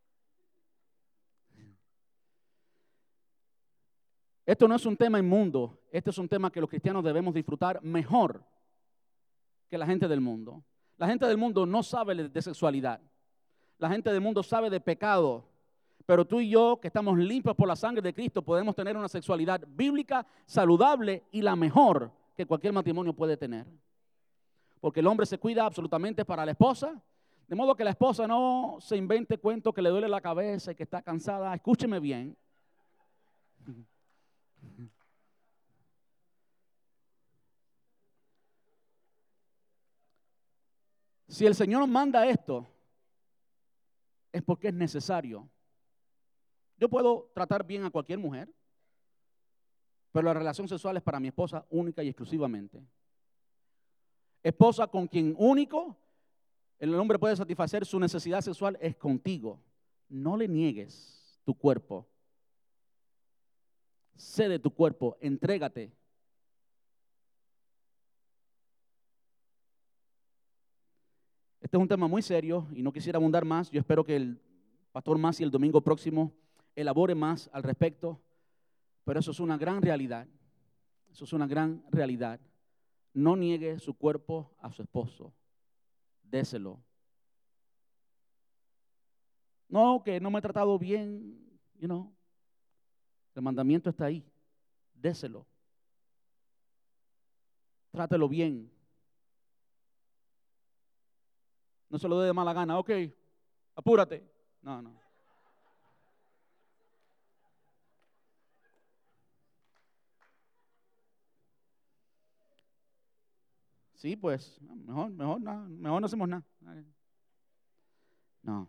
Esto no es un tema inmundo, este es un tema que los cristianos debemos disfrutar mejor que la gente del mundo. La gente del mundo no sabe de sexualidad. La gente del mundo sabe de pecado. Pero tú y yo, que estamos limpios por la sangre de Cristo, podemos tener una sexualidad bíblica, saludable y la mejor que cualquier matrimonio puede tener. Porque el hombre se cuida absolutamente para la esposa, de modo que la esposa no se invente cuentos que le duele la cabeza y que está cansada. Escúcheme bien. Si el Señor manda esto, es porque es necesario. Yo puedo tratar bien a cualquier mujer, pero la relación sexual es para mi esposa única y exclusivamente. Esposa con quien único el hombre puede satisfacer su necesidad sexual es contigo. No le niegues tu cuerpo. Cede tu cuerpo, entrégate. Este es un tema muy serio y no quisiera abundar más. Yo espero que el pastor Masi el domingo próximo elabore más al respecto, pero eso es una gran realidad. Eso es una gran realidad. No niegue su cuerpo a su esposo. Déselo. No, que no me he tratado bien, El mandamiento está ahí. Déselo. Trátelo bien. No se lo dé de mala gana. Ok, apúrate. No. Sí, pues, mejor no hacemos nada. No.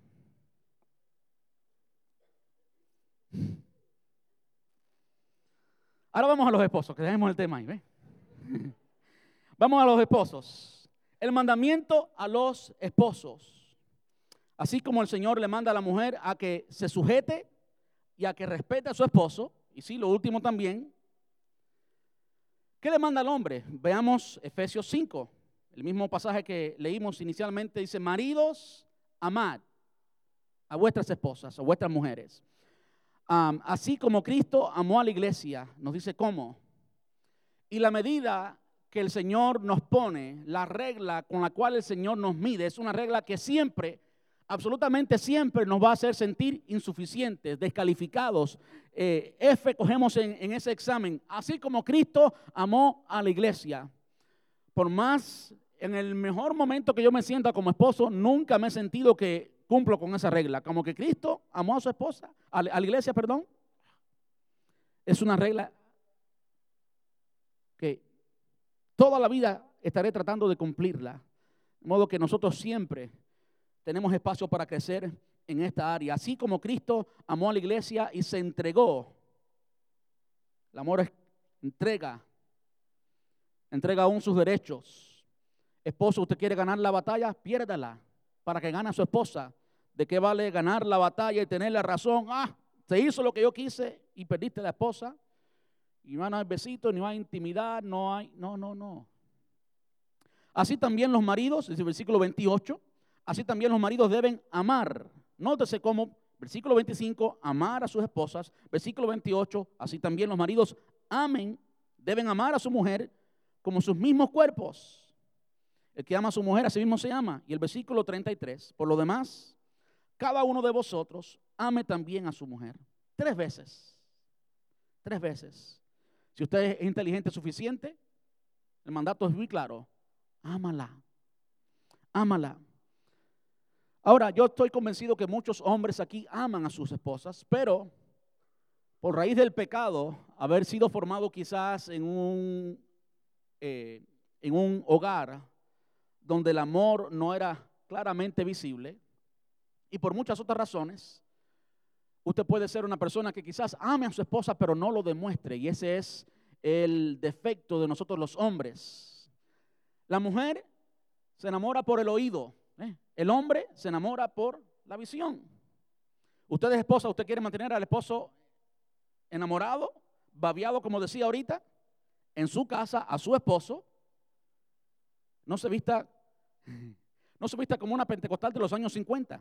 Ahora vamos a los esposos, que dejemos el tema ahí, ¿ves? Vamos a los esposos. El mandamiento a los esposos. Así como el Señor le manda a la mujer a que se sujete y a que respete a su esposo, y sí, lo último también. ¿Qué le manda al hombre? Veamos Efesios 5, el mismo pasaje que leímos inicialmente, dice, maridos, amad a vuestras esposas, a vuestras mujeres. Así como Cristo amó a la iglesia, nos dice cómo. Y la medida que el Señor nos pone, la regla con la cual el Señor nos mide, es una regla que siempre, absolutamente siempre nos va a hacer sentir insuficientes, descalificados. F cogemos en ese examen. Así como Cristo amó a la iglesia. Por más, en el mejor momento que yo me sienta como esposo, nunca me he sentido que cumplo con esa regla. Como que Cristo amó a su esposa, a la iglesia, perdón. Es una regla que toda la vida estaré tratando de cumplirla. De modo que nosotros siempre tenemos espacio para crecer en esta área. Así como Cristo amó a la iglesia y se entregó. El amor es entrega. entrega aún sus derechos. Esposo, usted quiere ganar la batalla, piérdala para que gane a su esposa. ¿De qué vale ganar la batalla y tener la razón? Se hizo lo que yo quise y perdiste a la esposa. Y no hay besitos, ni hay intimidad, no. Así también los maridos, dice el versículo 28, así también los maridos deben amar. Nótese cómo, versículo 25, amar a sus esposas. Versículo 28, así también los maridos deben amar a su mujer como sus mismos cuerpos. El que ama a su mujer, a sí mismo se ama. Y el versículo 33, por lo demás, cada uno de vosotros ame también a su mujer. 3 veces. 3 veces. Si usted es inteligente suficiente, el mandato es muy claro. Ámala. Ámala. Ahora, yo estoy convencido que muchos hombres aquí aman a sus esposas, pero por raíz del pecado, haber sido formado quizás en un hogar donde el amor no era claramente visible, y por muchas otras razones, usted puede ser una persona que quizás ame a su esposa, pero no lo demuestre, y ese es el defecto de nosotros los hombres. La mujer se enamora por el oído, el hombre se enamora por la visión. Usted es esposa, usted quiere mantener al esposo enamorado, babiado, como decía ahorita, en su casa, a su esposo. No se vista como una pentecostal de los años 50.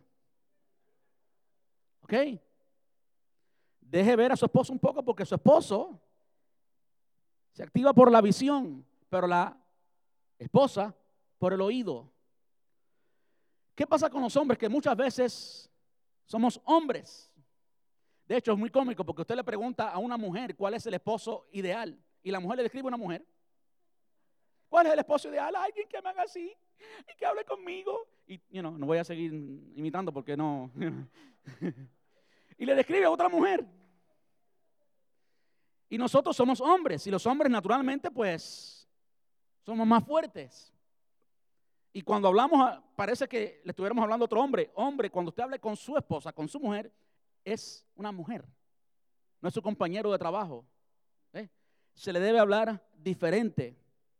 ¿Ok? Deje ver a su esposo un poco, porque su esposo se activa por la visión, pero la esposa por el oído. ¿Qué pasa con los hombres? Que muchas veces somos hombres. De hecho, es muy cómico porque usted le pregunta a una mujer cuál es el esposo ideal y la mujer le describe a una mujer. ¿Cuál es el esposo ideal? Alguien que me haga así y que hable conmigo. Y no voy a seguir imitando porque no. Y le describe a otra mujer. Y nosotros somos hombres y los hombres naturalmente pues somos más fuertes. Y cuando hablamos, parece que le estuviéramos hablando a otro hombre. Hombre, cuando usted hable con su esposa, con su mujer, es una mujer. No es su compañero de trabajo. Se le debe hablar diferente.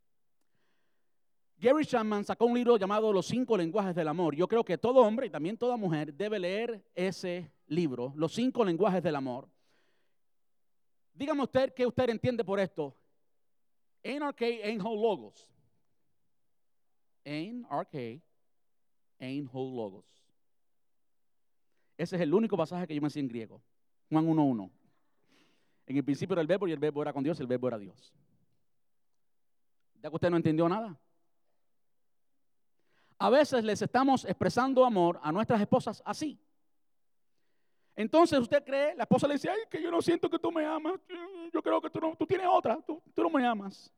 Gary Chapman sacó un libro llamado Los 5 lenguajes del amor. Yo creo que todo hombre y también toda mujer debe leer ese libro, Los 5 lenguajes del amor. Dígame usted qué usted entiende por esto. NRK ain't whole logos. NRK ain't whole logos. Ese es el único pasaje que yo me sé en griego. Juan 1:1. En el principio era el verbo y el verbo era con Dios y el verbo era Dios. ¿Ya que usted no entendió nada? A veces les estamos expresando amor a nuestras esposas así. Entonces usted cree, la esposa le dice, ay, que yo no siento que tú me amas. Yo creo que tú tienes otra, tú no me amas.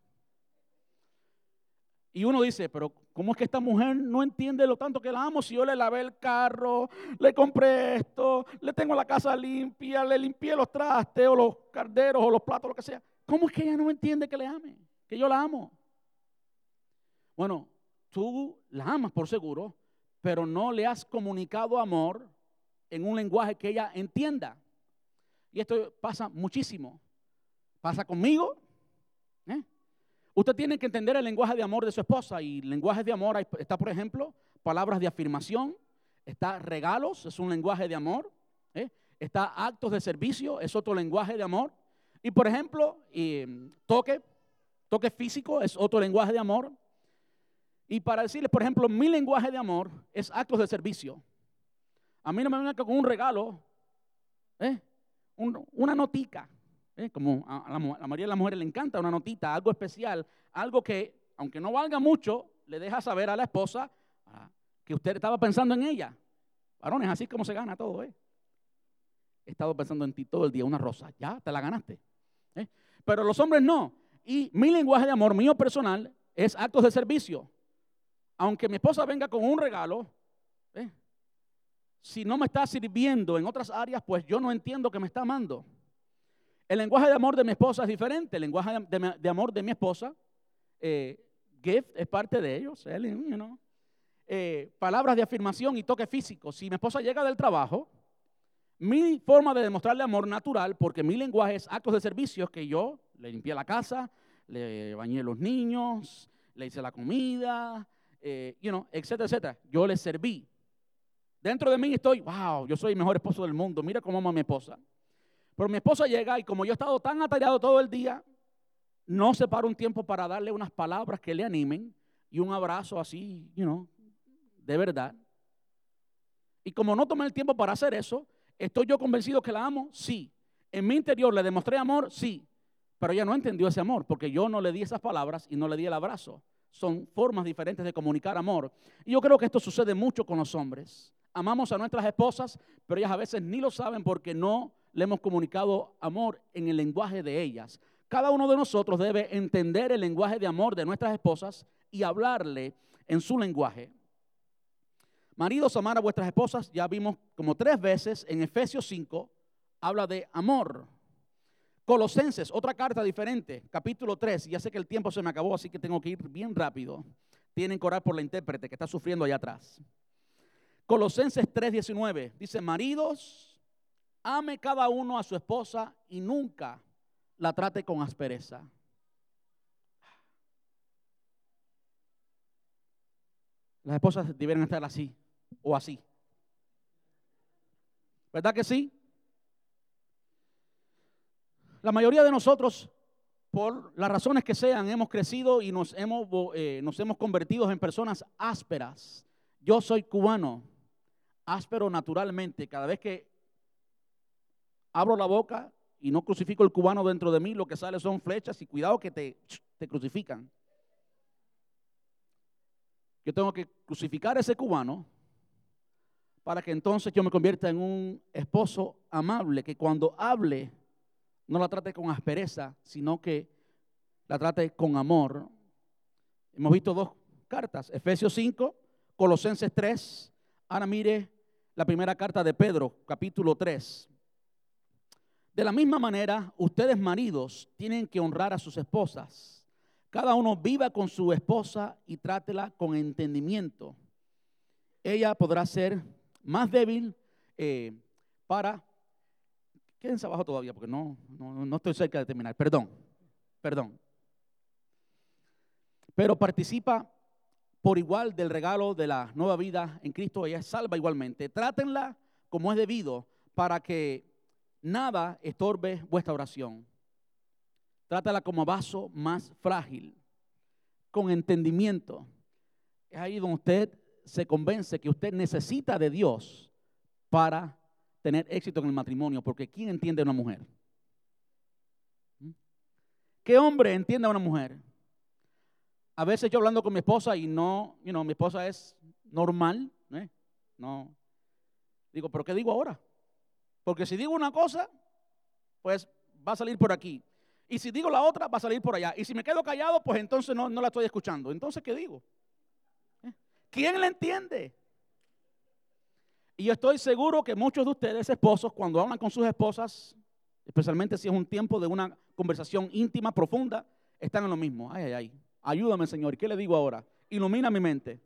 Y uno dice, pero ¿cómo es que esta mujer no entiende lo tanto que la amo? Si yo le lavé el carro, le compré esto, le tengo la casa limpia, le limpié los trastes o los calderos o los platos, lo que sea. ¿Cómo es que ella no entiende que le ame? Que yo la amo. Bueno, tú la amas por seguro, pero no le has comunicado amor en un lenguaje que ella entienda. Y esto pasa muchísimo. Pasa conmigo. Usted tiene que entender el lenguaje de amor de su esposa. Y lenguajes de amor está, por ejemplo, palabras de afirmación. Está regalos, es un lenguaje de amor. Está actos de servicio, es otro lenguaje de amor. Y, por ejemplo, toque físico es otro lenguaje de amor. Y para decirles, por ejemplo, mi lenguaje de amor es actos de servicio. A mí no me vengan con un regalo, una notica. Como a la mayoría de las mujeres le encanta una notita, algo especial, algo que, aunque no valga mucho, le deja saber a la esposa que usted estaba pensando en ella. Varones, así es como se gana todo. He estado pensando en ti todo el día, una rosa, ya te la ganaste. Pero los hombres no. Y mi lenguaje de amor, mío personal, es actos de servicio. Aunque mi esposa venga con un regalo, si no me está sirviendo en otras áreas, pues yo no entiendo que me está amando. El lenguaje de amor de mi esposa es diferente. El lenguaje de amor de mi esposa, gift es parte de ellos. Palabras de afirmación y toque físico. Si mi esposa llega del trabajo, mi forma de demostrarle amor natural, porque mi lenguaje es actos de servicio, que yo le limpié la casa, le bañé los niños, le hice la comida, etcétera, etcétera. Yo le serví. Dentro de mí estoy, wow, yo soy el mejor esposo del mundo, mira cómo ama a mi esposa. Pero mi esposa llega y como yo he estado tan atareado todo el día, no separo un tiempo para darle unas palabras que le animen y un abrazo así, de verdad. Y como no tomé el tiempo para hacer eso, ¿estoy yo convencido que la amo? Sí. En mi interior le demostré amor, sí. Pero ella no entendió ese amor porque yo no le di esas palabras y no le di el abrazo. Son formas diferentes de comunicar amor. Y yo creo que esto sucede mucho con los hombres. Amamos a nuestras esposas, pero ellas a veces ni lo saben porque no le hemos comunicado amor en el lenguaje de ellas. Cada uno de nosotros debe entender el lenguaje de amor de nuestras esposas y hablarle en su lenguaje. Maridos, amar a vuestras esposas, ya vimos como 3 veces en Efesios 5, habla de amor. Colosenses, otra carta diferente, capítulo 3, ya sé que el tiempo se me acabó, así que tengo que ir bien rápido. Tienen que orar por la intérprete que está sufriendo allá atrás. Colosenses 3:19, dice, maridos, ame cada uno a su esposa y nunca la trate con aspereza. Las esposas deben estar así o así. ¿Verdad que sí? La mayoría de nosotros, por las razones que sean, hemos crecido y nos hemos convertido en personas ásperas. Yo soy cubano, áspero naturalmente. Cada vez que abro la boca y no crucifico el cubano dentro de mí, lo que sale son flechas y cuidado que te crucifican. Yo tengo que crucificar a ese cubano para que entonces yo me convierta en un esposo amable, que cuando hable no la trate con aspereza, sino que la trate con amor. Hemos visto 2 cartas, Efesios 5, Colosenses 3. Ahora mire la primera carta de Pedro, capítulo 3. De la misma manera, ustedes maridos tienen que honrar a sus esposas. Cada uno viva con su esposa y trátela con entendimiento. Ella podrá ser más débil para... Quédense abajo todavía porque no estoy cerca de terminar. Perdón. Pero participa por igual del regalo de la nueva vida en Cristo. Ella es salva igualmente. Trátenla como es debido para que nada estorbe vuestra oración. Trátala como vaso más frágil, con entendimiento. Es ahí donde usted se convence que usted necesita de Dios para tener éxito en el matrimonio, porque ¿quién entiende a una mujer? ¿Qué hombre entiende a una mujer? A veces yo hablando con mi esposa y mi esposa es normal, no. Digo, ¿pero qué digo ahora? Porque si digo una cosa, pues va a salir por aquí. Y si digo la otra, va a salir por allá. Y si me quedo callado, pues entonces no la estoy escuchando. Entonces, ¿qué digo? ¿Quién la entiende? Y yo estoy seguro que muchos de ustedes, esposos, cuando hablan con sus esposas, especialmente si es un tiempo de una conversación íntima, profunda, están en lo mismo. Ay, ayúdame, Señor. ¿Qué le digo ahora? Ilumina mi mente.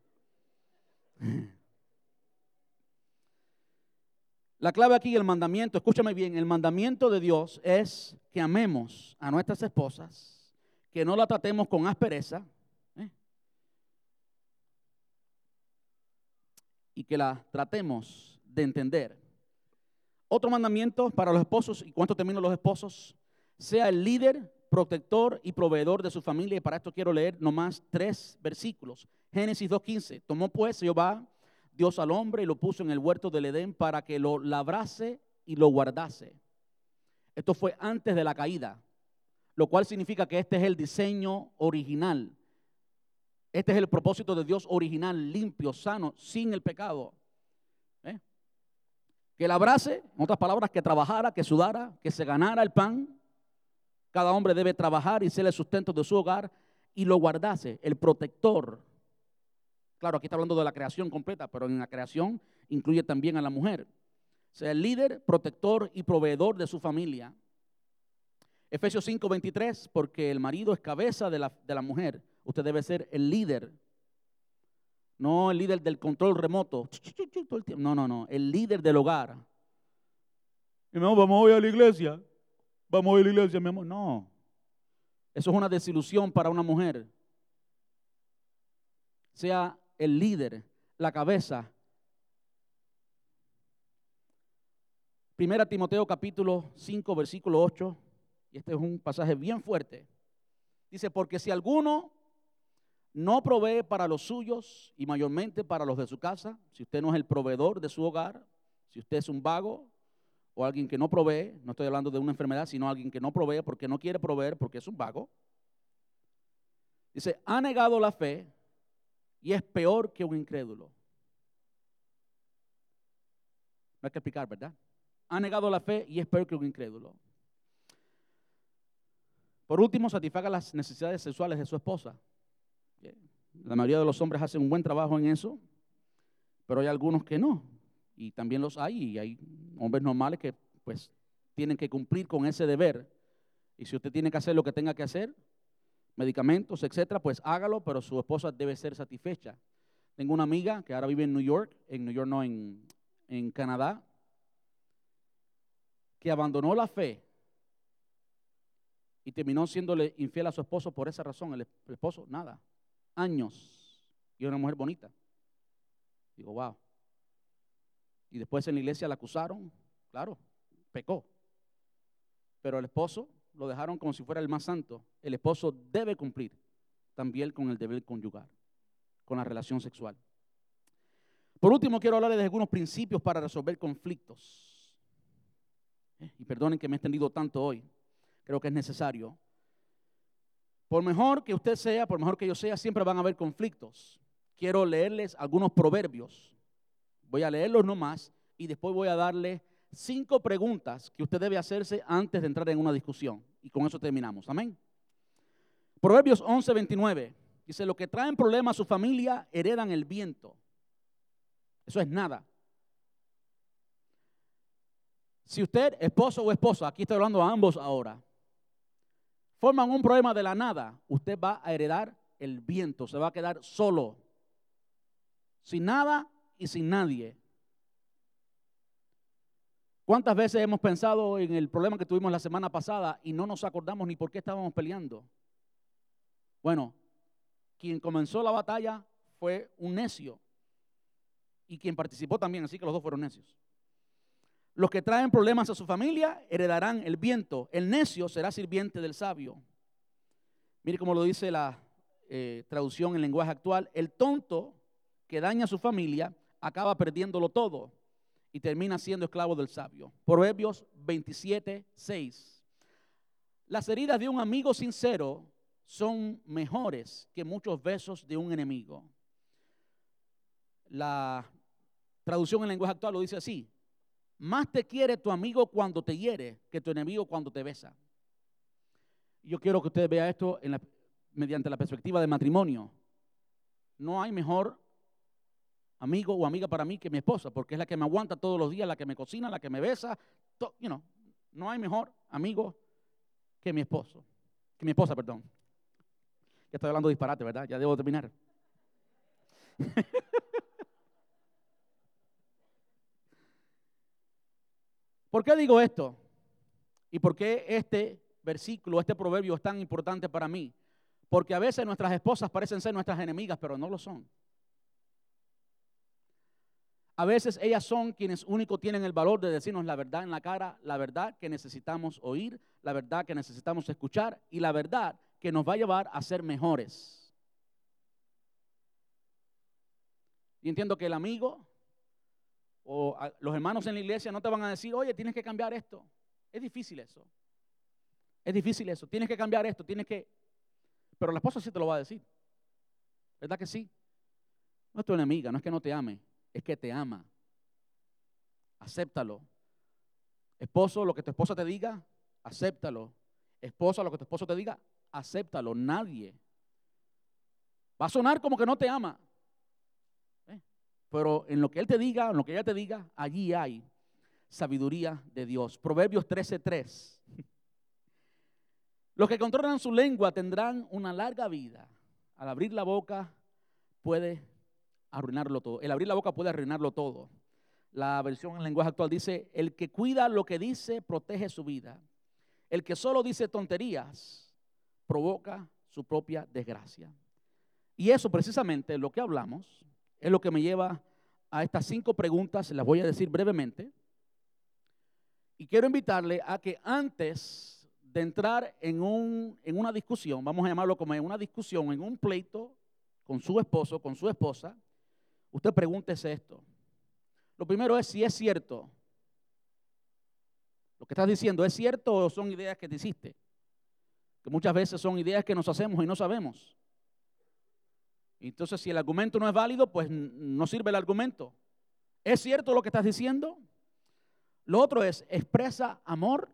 La clave aquí, el mandamiento, escúchame bien, el mandamiento de Dios es que amemos a nuestras esposas, que no la tratemos con aspereza, y que la tratemos de entender. Otro mandamiento para los esposos, y cuánto termino los esposos, sea el líder, protector y proveedor de su familia. Y para esto quiero leer nomás 3 versículos. Génesis 2:15. Tomó pues Jehová Dios al hombre y lo puso en el huerto del Edén para que lo labrase y lo guardase. Esto fue antes de la caída, lo cual significa que este es el diseño original. Este es el propósito de Dios original, limpio, sano, sin el pecado. Que labrase, en otras palabras, que trabajara, que sudara, que se ganara el pan. Cada hombre debe trabajar y ser el sustento de su hogar y lo guardase, el protector. Claro, aquí está hablando de la creación completa, pero en la creación incluye también a la mujer. O sea, el líder, protector y proveedor de su familia. Efesios 5:23, porque el marido es cabeza de la mujer. Usted debe ser el líder, no el líder del control remoto. No, el líder del hogar. Mi amor, vamos hoy a la iglesia. Vamos a ir a la iglesia, mi amor. No. Eso es una desilusión para una mujer. Sea el líder, la cabeza. 1 Timoteo capítulo 5, versículo 8. Y este es un pasaje bien fuerte. Dice, porque si alguno no provee para los suyos y mayormente para los de su casa, si usted no es el proveedor de su hogar, si usted es un vago o alguien que no provee, no estoy hablando de una enfermedad, sino alguien que no provee porque no quiere proveer porque es un vago. Dice, ha negado la fe y es peor que un incrédulo. No hay que explicar, ¿verdad? Ha negado la fe y es peor que un incrédulo. Por último, satisfaga las necesidades sexuales de su esposa. La mayoría de los hombres hacen un buen trabajo en eso, pero hay algunos que no. Y también los hay, y hay hombres normales que pues tienen que cumplir con ese deber. Y si usted tiene que hacer lo que tenga que hacer, medicamentos, etcétera, pues hágalo, pero su esposa debe ser satisfecha. Tengo una amiga que ahora vive en New York no, en Canadá, que abandonó la fe y terminó siéndole infiel a su esposo por esa razón. El esposo, nada, años, y una mujer bonita. Digo, wow. Y después en la iglesia la acusaron, claro, pecó. Pero el esposo lo dejaron como si fuera el más santo. El esposo debe cumplir también con el deber conyugal, con la relación sexual. Por último, quiero hablarles de algunos principios para resolver conflictos. Y perdonen que me he extendido tanto hoy. Creo que es necesario. Por mejor que usted sea, por mejor que yo sea, siempre van a haber conflictos. Quiero leerles algunos proverbios. Voy a leerlos nomás y después voy a darle 5 preguntas que usted debe hacerse antes de entrar en una discusión. Y con eso terminamos. Amén. Proverbios 11:29. Dice, lo que traen problemas a su familia heredan el viento. Eso es nada. Si usted, esposo o esposa, aquí estoy hablando a ambos ahora, forman un problema de la nada, usted va a heredar el viento, se va a quedar solo, sin nada y sin nadie. ¿Cuántas veces hemos pensado en el problema que tuvimos la semana pasada y no nos acordamos ni por qué estábamos peleando? Bueno, quien comenzó la batalla fue un necio y quien participó también, así que los dos fueron necios. Los que traen problemas a su familia heredarán el viento. El necio será sirviente del sabio. Mire cómo lo dice la traducción en lenguaje actual. El tonto que daña a su familia acaba perdiéndolo todo y termina siendo esclavo del sabio. Proverbios 27:6. Las heridas de un amigo sincero son mejores que muchos besos de un enemigo. La traducción en lenguaje actual lo dice así. Más te quiere tu amigo cuando te hiere que tu enemigo cuando te besa. Yo quiero que usted vea esto mediante la perspectiva de matrimonio. No hay mejor amigo o amiga para mí que mi esposa, porque es la que me aguanta todos los días, la que me cocina, la que me besa. No hay mejor amigo que mi esposo. Que mi esposa, perdón. Ya estoy hablando disparate, ¿verdad? Ya debo terminar. ¿Por qué digo esto? ¿Y por qué este versículo, este proverbio es tan importante para mí? Porque a veces nuestras esposas parecen ser nuestras enemigas, pero no lo son. A veces ellas son quienes único tienen el valor de decirnos la verdad en la cara, la verdad que necesitamos oír, la verdad que necesitamos escuchar y la verdad que nos va a llevar a ser mejores. Y entiendo que el amigo o los hermanos en la iglesia no te van a decir, oye, tienes que cambiar esto. Es difícil eso. Es difícil eso. Tienes que cambiar esto, Pero la esposa sí te lo va a decir. ¿Verdad que sí? No es tu enemiga, no es que no te ame, es que te ama. Acéptalo. Esposo, lo que tu esposa te diga, acéptalo. Esposa, lo que tu esposo te diga, acéptalo. Nadie. Va a sonar como que no te ama. Pero en lo que él te diga, en lo que ella te diga, allí hay sabiduría de Dios. Proverbios 13:3. Los que controlan su lengua tendrán una larga vida. Al abrir la boca puede arruinarlo todo. El abrir la boca puede arruinarlo todo. La versión en lenguaje actual dice, el que cuida lo que dice protege su vida. El que solo dice tonterías provoca su propia desgracia. Y eso precisamente lo que hablamos es lo que me lleva a estas 5 preguntas, las voy a decir brevemente. Y quiero invitarle a que antes de entrar en una discusión, vamos a llamarlo como en una discusión, en un pleito con su esposo, con su esposa, usted pregúntese esto. Lo primero es si es cierto. Lo que estás diciendo, ¿es cierto o son ideas que te hiciste? Que muchas veces son ideas que nos hacemos y no sabemos. Entonces, si el argumento no es válido, pues no sirve el argumento. ¿Es cierto lo que estás diciendo? Lo otro es, ¿expresa amor?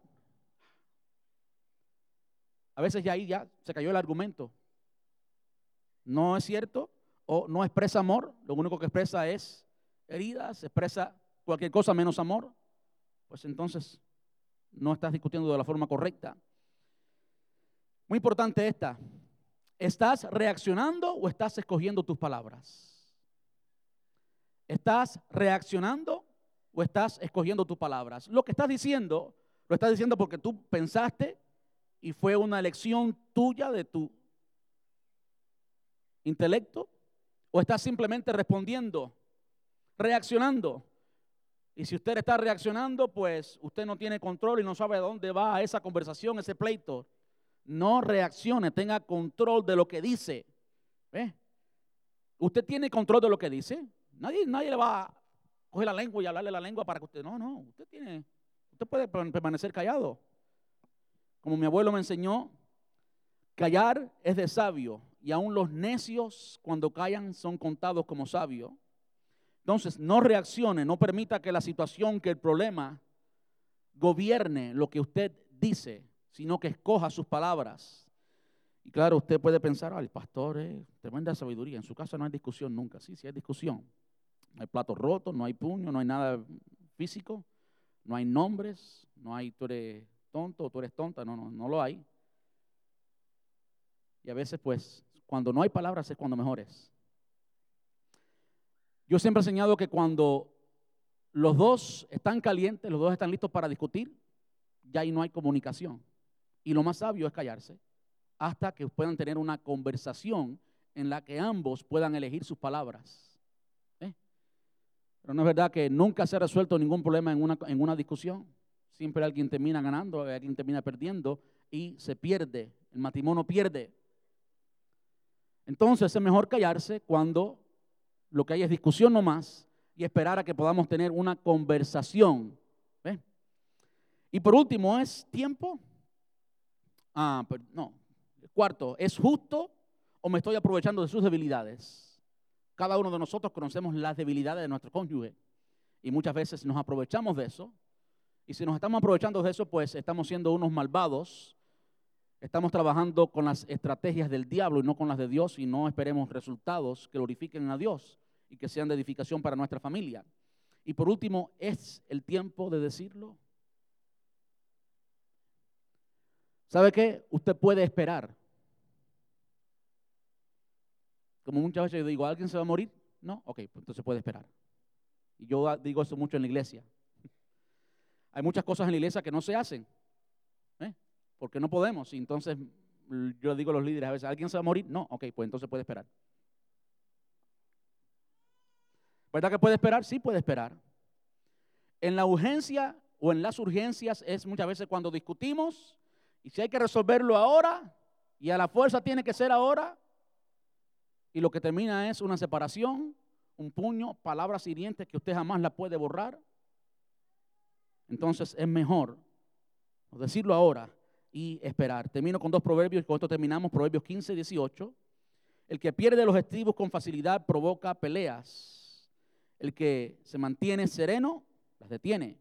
A veces ya ahí ya se cayó el argumento. ¿No es cierto? O no expresa amor, lo único que expresa es heridas, expresa cualquier cosa menos amor. Pues entonces no estás discutiendo de la forma correcta. Muy importante esta. ¿Estás reaccionando o estás escogiendo tus palabras? ¿Estás reaccionando o estás escogiendo tus palabras? Lo que estás diciendo, lo estás diciendo porque tú pensaste y fue una elección tuya de tu intelecto, o estás simplemente respondiendo, reaccionando. Y si usted está reaccionando, pues usted no tiene control y no sabe a dónde va esa conversación, ese pleito. No reaccione, tenga control de lo que dice. ¿Ve? ¿Usted tiene control de lo que dice? Nadie le va a coger la lengua y hablarle la lengua para que usted, no, usted puede permanecer callado. Como mi abuelo me enseñó, callar es de sabio, y aún los necios cuando callan son contados como sabios. Entonces, no reaccione, no permita que la situación, que el problema gobierne lo que usted dice, sino que escoja sus palabras. Y claro, usted puede pensar, el pastor es tremenda sabiduría, en su casa no hay discusión nunca. Sí hay discusión. No hay platos rotos, no hay puño, no hay nada físico, no hay nombres, no hay tú eres tonto o tú eres tonta, no lo hay. Y a veces pues cuando no hay palabras es cuando mejor es. Yo siempre he enseñado que cuando los dos están calientes, los dos están listos para discutir, ya ahí no hay comunicación. Y lo más sabio es callarse hasta que puedan tener una conversación en la que ambos puedan elegir sus palabras. Pero no es verdad que nunca se ha resuelto ningún problema en una discusión. Siempre alguien termina ganando, alguien termina perdiendo y se pierde, el matrimonio pierde. Entonces es mejor callarse cuando lo que hay es discusión nomás y esperar a que podamos tener una conversación. ¿Ve? Y por último, ¿es tiempo? No. Cuarto, ¿es justo o me estoy aprovechando de sus debilidades? Cada uno de nosotros conocemos las debilidades de nuestro cónyuge y muchas veces nos aprovechamos de eso. Y si nos estamos aprovechando de eso, pues estamos siendo unos malvados. Estamos trabajando con las estrategias del diablo y no con las de Dios, y no esperemos resultados que glorifiquen a Dios y que sean de edificación para nuestra familia. Y por último, ¿es el tiempo de decirlo? ¿Sabe qué? Usted puede esperar. Como muchas veces yo digo, ¿alguien se va a morir? No, ok, pues entonces puede esperar. Y yo digo eso mucho en la iglesia. Hay muchas cosas en la iglesia que no se hacen, porque no podemos. Y entonces yo digo a los líderes a veces, ¿alguien se va a morir? No, ok, pues entonces puede esperar. ¿Verdad que puede esperar? Sí puede esperar. En la urgencia o en las urgencias es muchas veces cuando discutimos y si hay que resolverlo ahora y a la fuerza tiene que ser ahora y lo que termina es una separación, un puño, palabras hirientes que usted jamás la puede borrar. Entonces es mejor decirlo ahora y esperar. Termino con 2 proverbios y con esto terminamos. Proverbios 15, 18. El que pierde los estribos con facilidad provoca peleas. El que se mantiene sereno las detiene.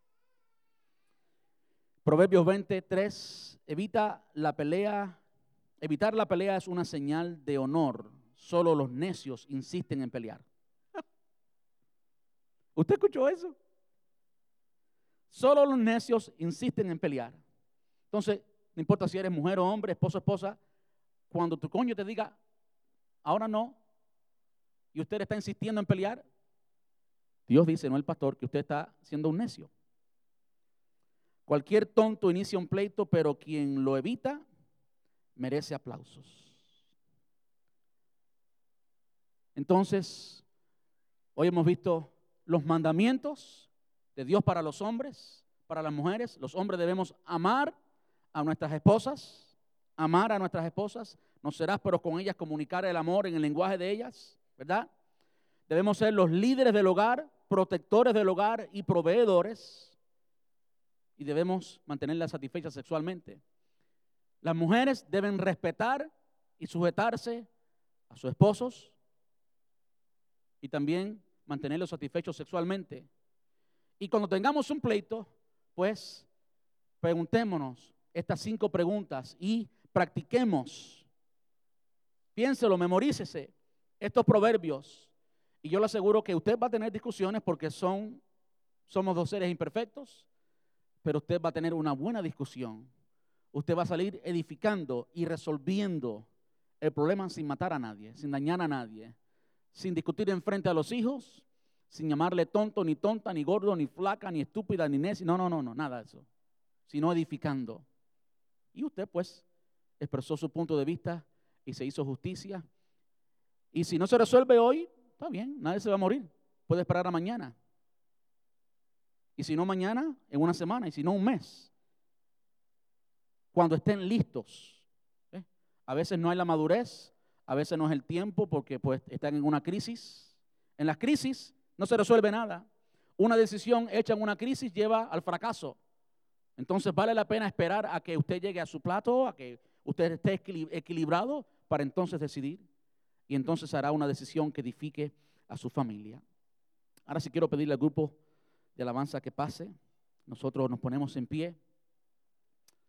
Proverbios 23. Evitar la pelea es una señal de honor. Solo los necios insisten en pelear. ¿Usted escuchó eso? Solo los necios insisten en pelear. Entonces, no importa si eres mujer o hombre, esposo o esposa, cuando tu cónyuge te diga, ahora no, y usted está insistiendo en pelear, Dios dice, no el pastor, que usted está siendo un necio. Cualquier tonto inicia un pleito, pero quien lo evita merece aplausos. Entonces, hoy hemos visto los mandamientos de Dios para los hombres, para las mujeres. Los hombres debemos amar a nuestras esposas, amar a nuestras esposas. No serás, pero con ellas comunicar el amor en el lenguaje de ellas, ¿verdad? Debemos ser los líderes del hogar, protectores del hogar y proveedores. Y debemos mantenerlas satisfechas sexualmente. Las mujeres deben respetar y sujetarse a sus esposos y también mantenerlos satisfechos sexualmente. Y cuando tengamos un pleito, pues preguntémonos estas 5 preguntas y practiquemos. Piénselo, memorícese estos proverbios. Y yo le aseguro que usted va a tener discusiones porque somos 2 seres imperfectos, pero usted va a tener una buena discusión. Usted va a salir edificando y resolviendo el problema sin matar a nadie, sin dañar a nadie, sin discutir enfrente a los hijos, sin llamarle tonto, ni tonta, ni gordo, ni flaca, ni estúpida, ni necia. No, nada de eso. Sino edificando. Y usted pues expresó su punto de vista y se hizo justicia. Y si no se resuelve hoy, está bien, nadie se va a morir. Puede esperar a mañana. Y si no mañana, en una semana. Y si no, un mes. Cuando estén listos. A veces no hay la madurez, a veces no es el tiempo porque pues están en una crisis. En las crisis no se resuelve nada. Una decisión hecha en una crisis lleva al fracaso. Entonces vale la pena esperar a que usted llegue a su plato, a que usted esté equilibrado para entonces decidir. Y entonces hará una decisión que edifique a su familia. Ahora sí quiero pedirle al grupo de alabanza que pase. Nosotros nos ponemos en pie.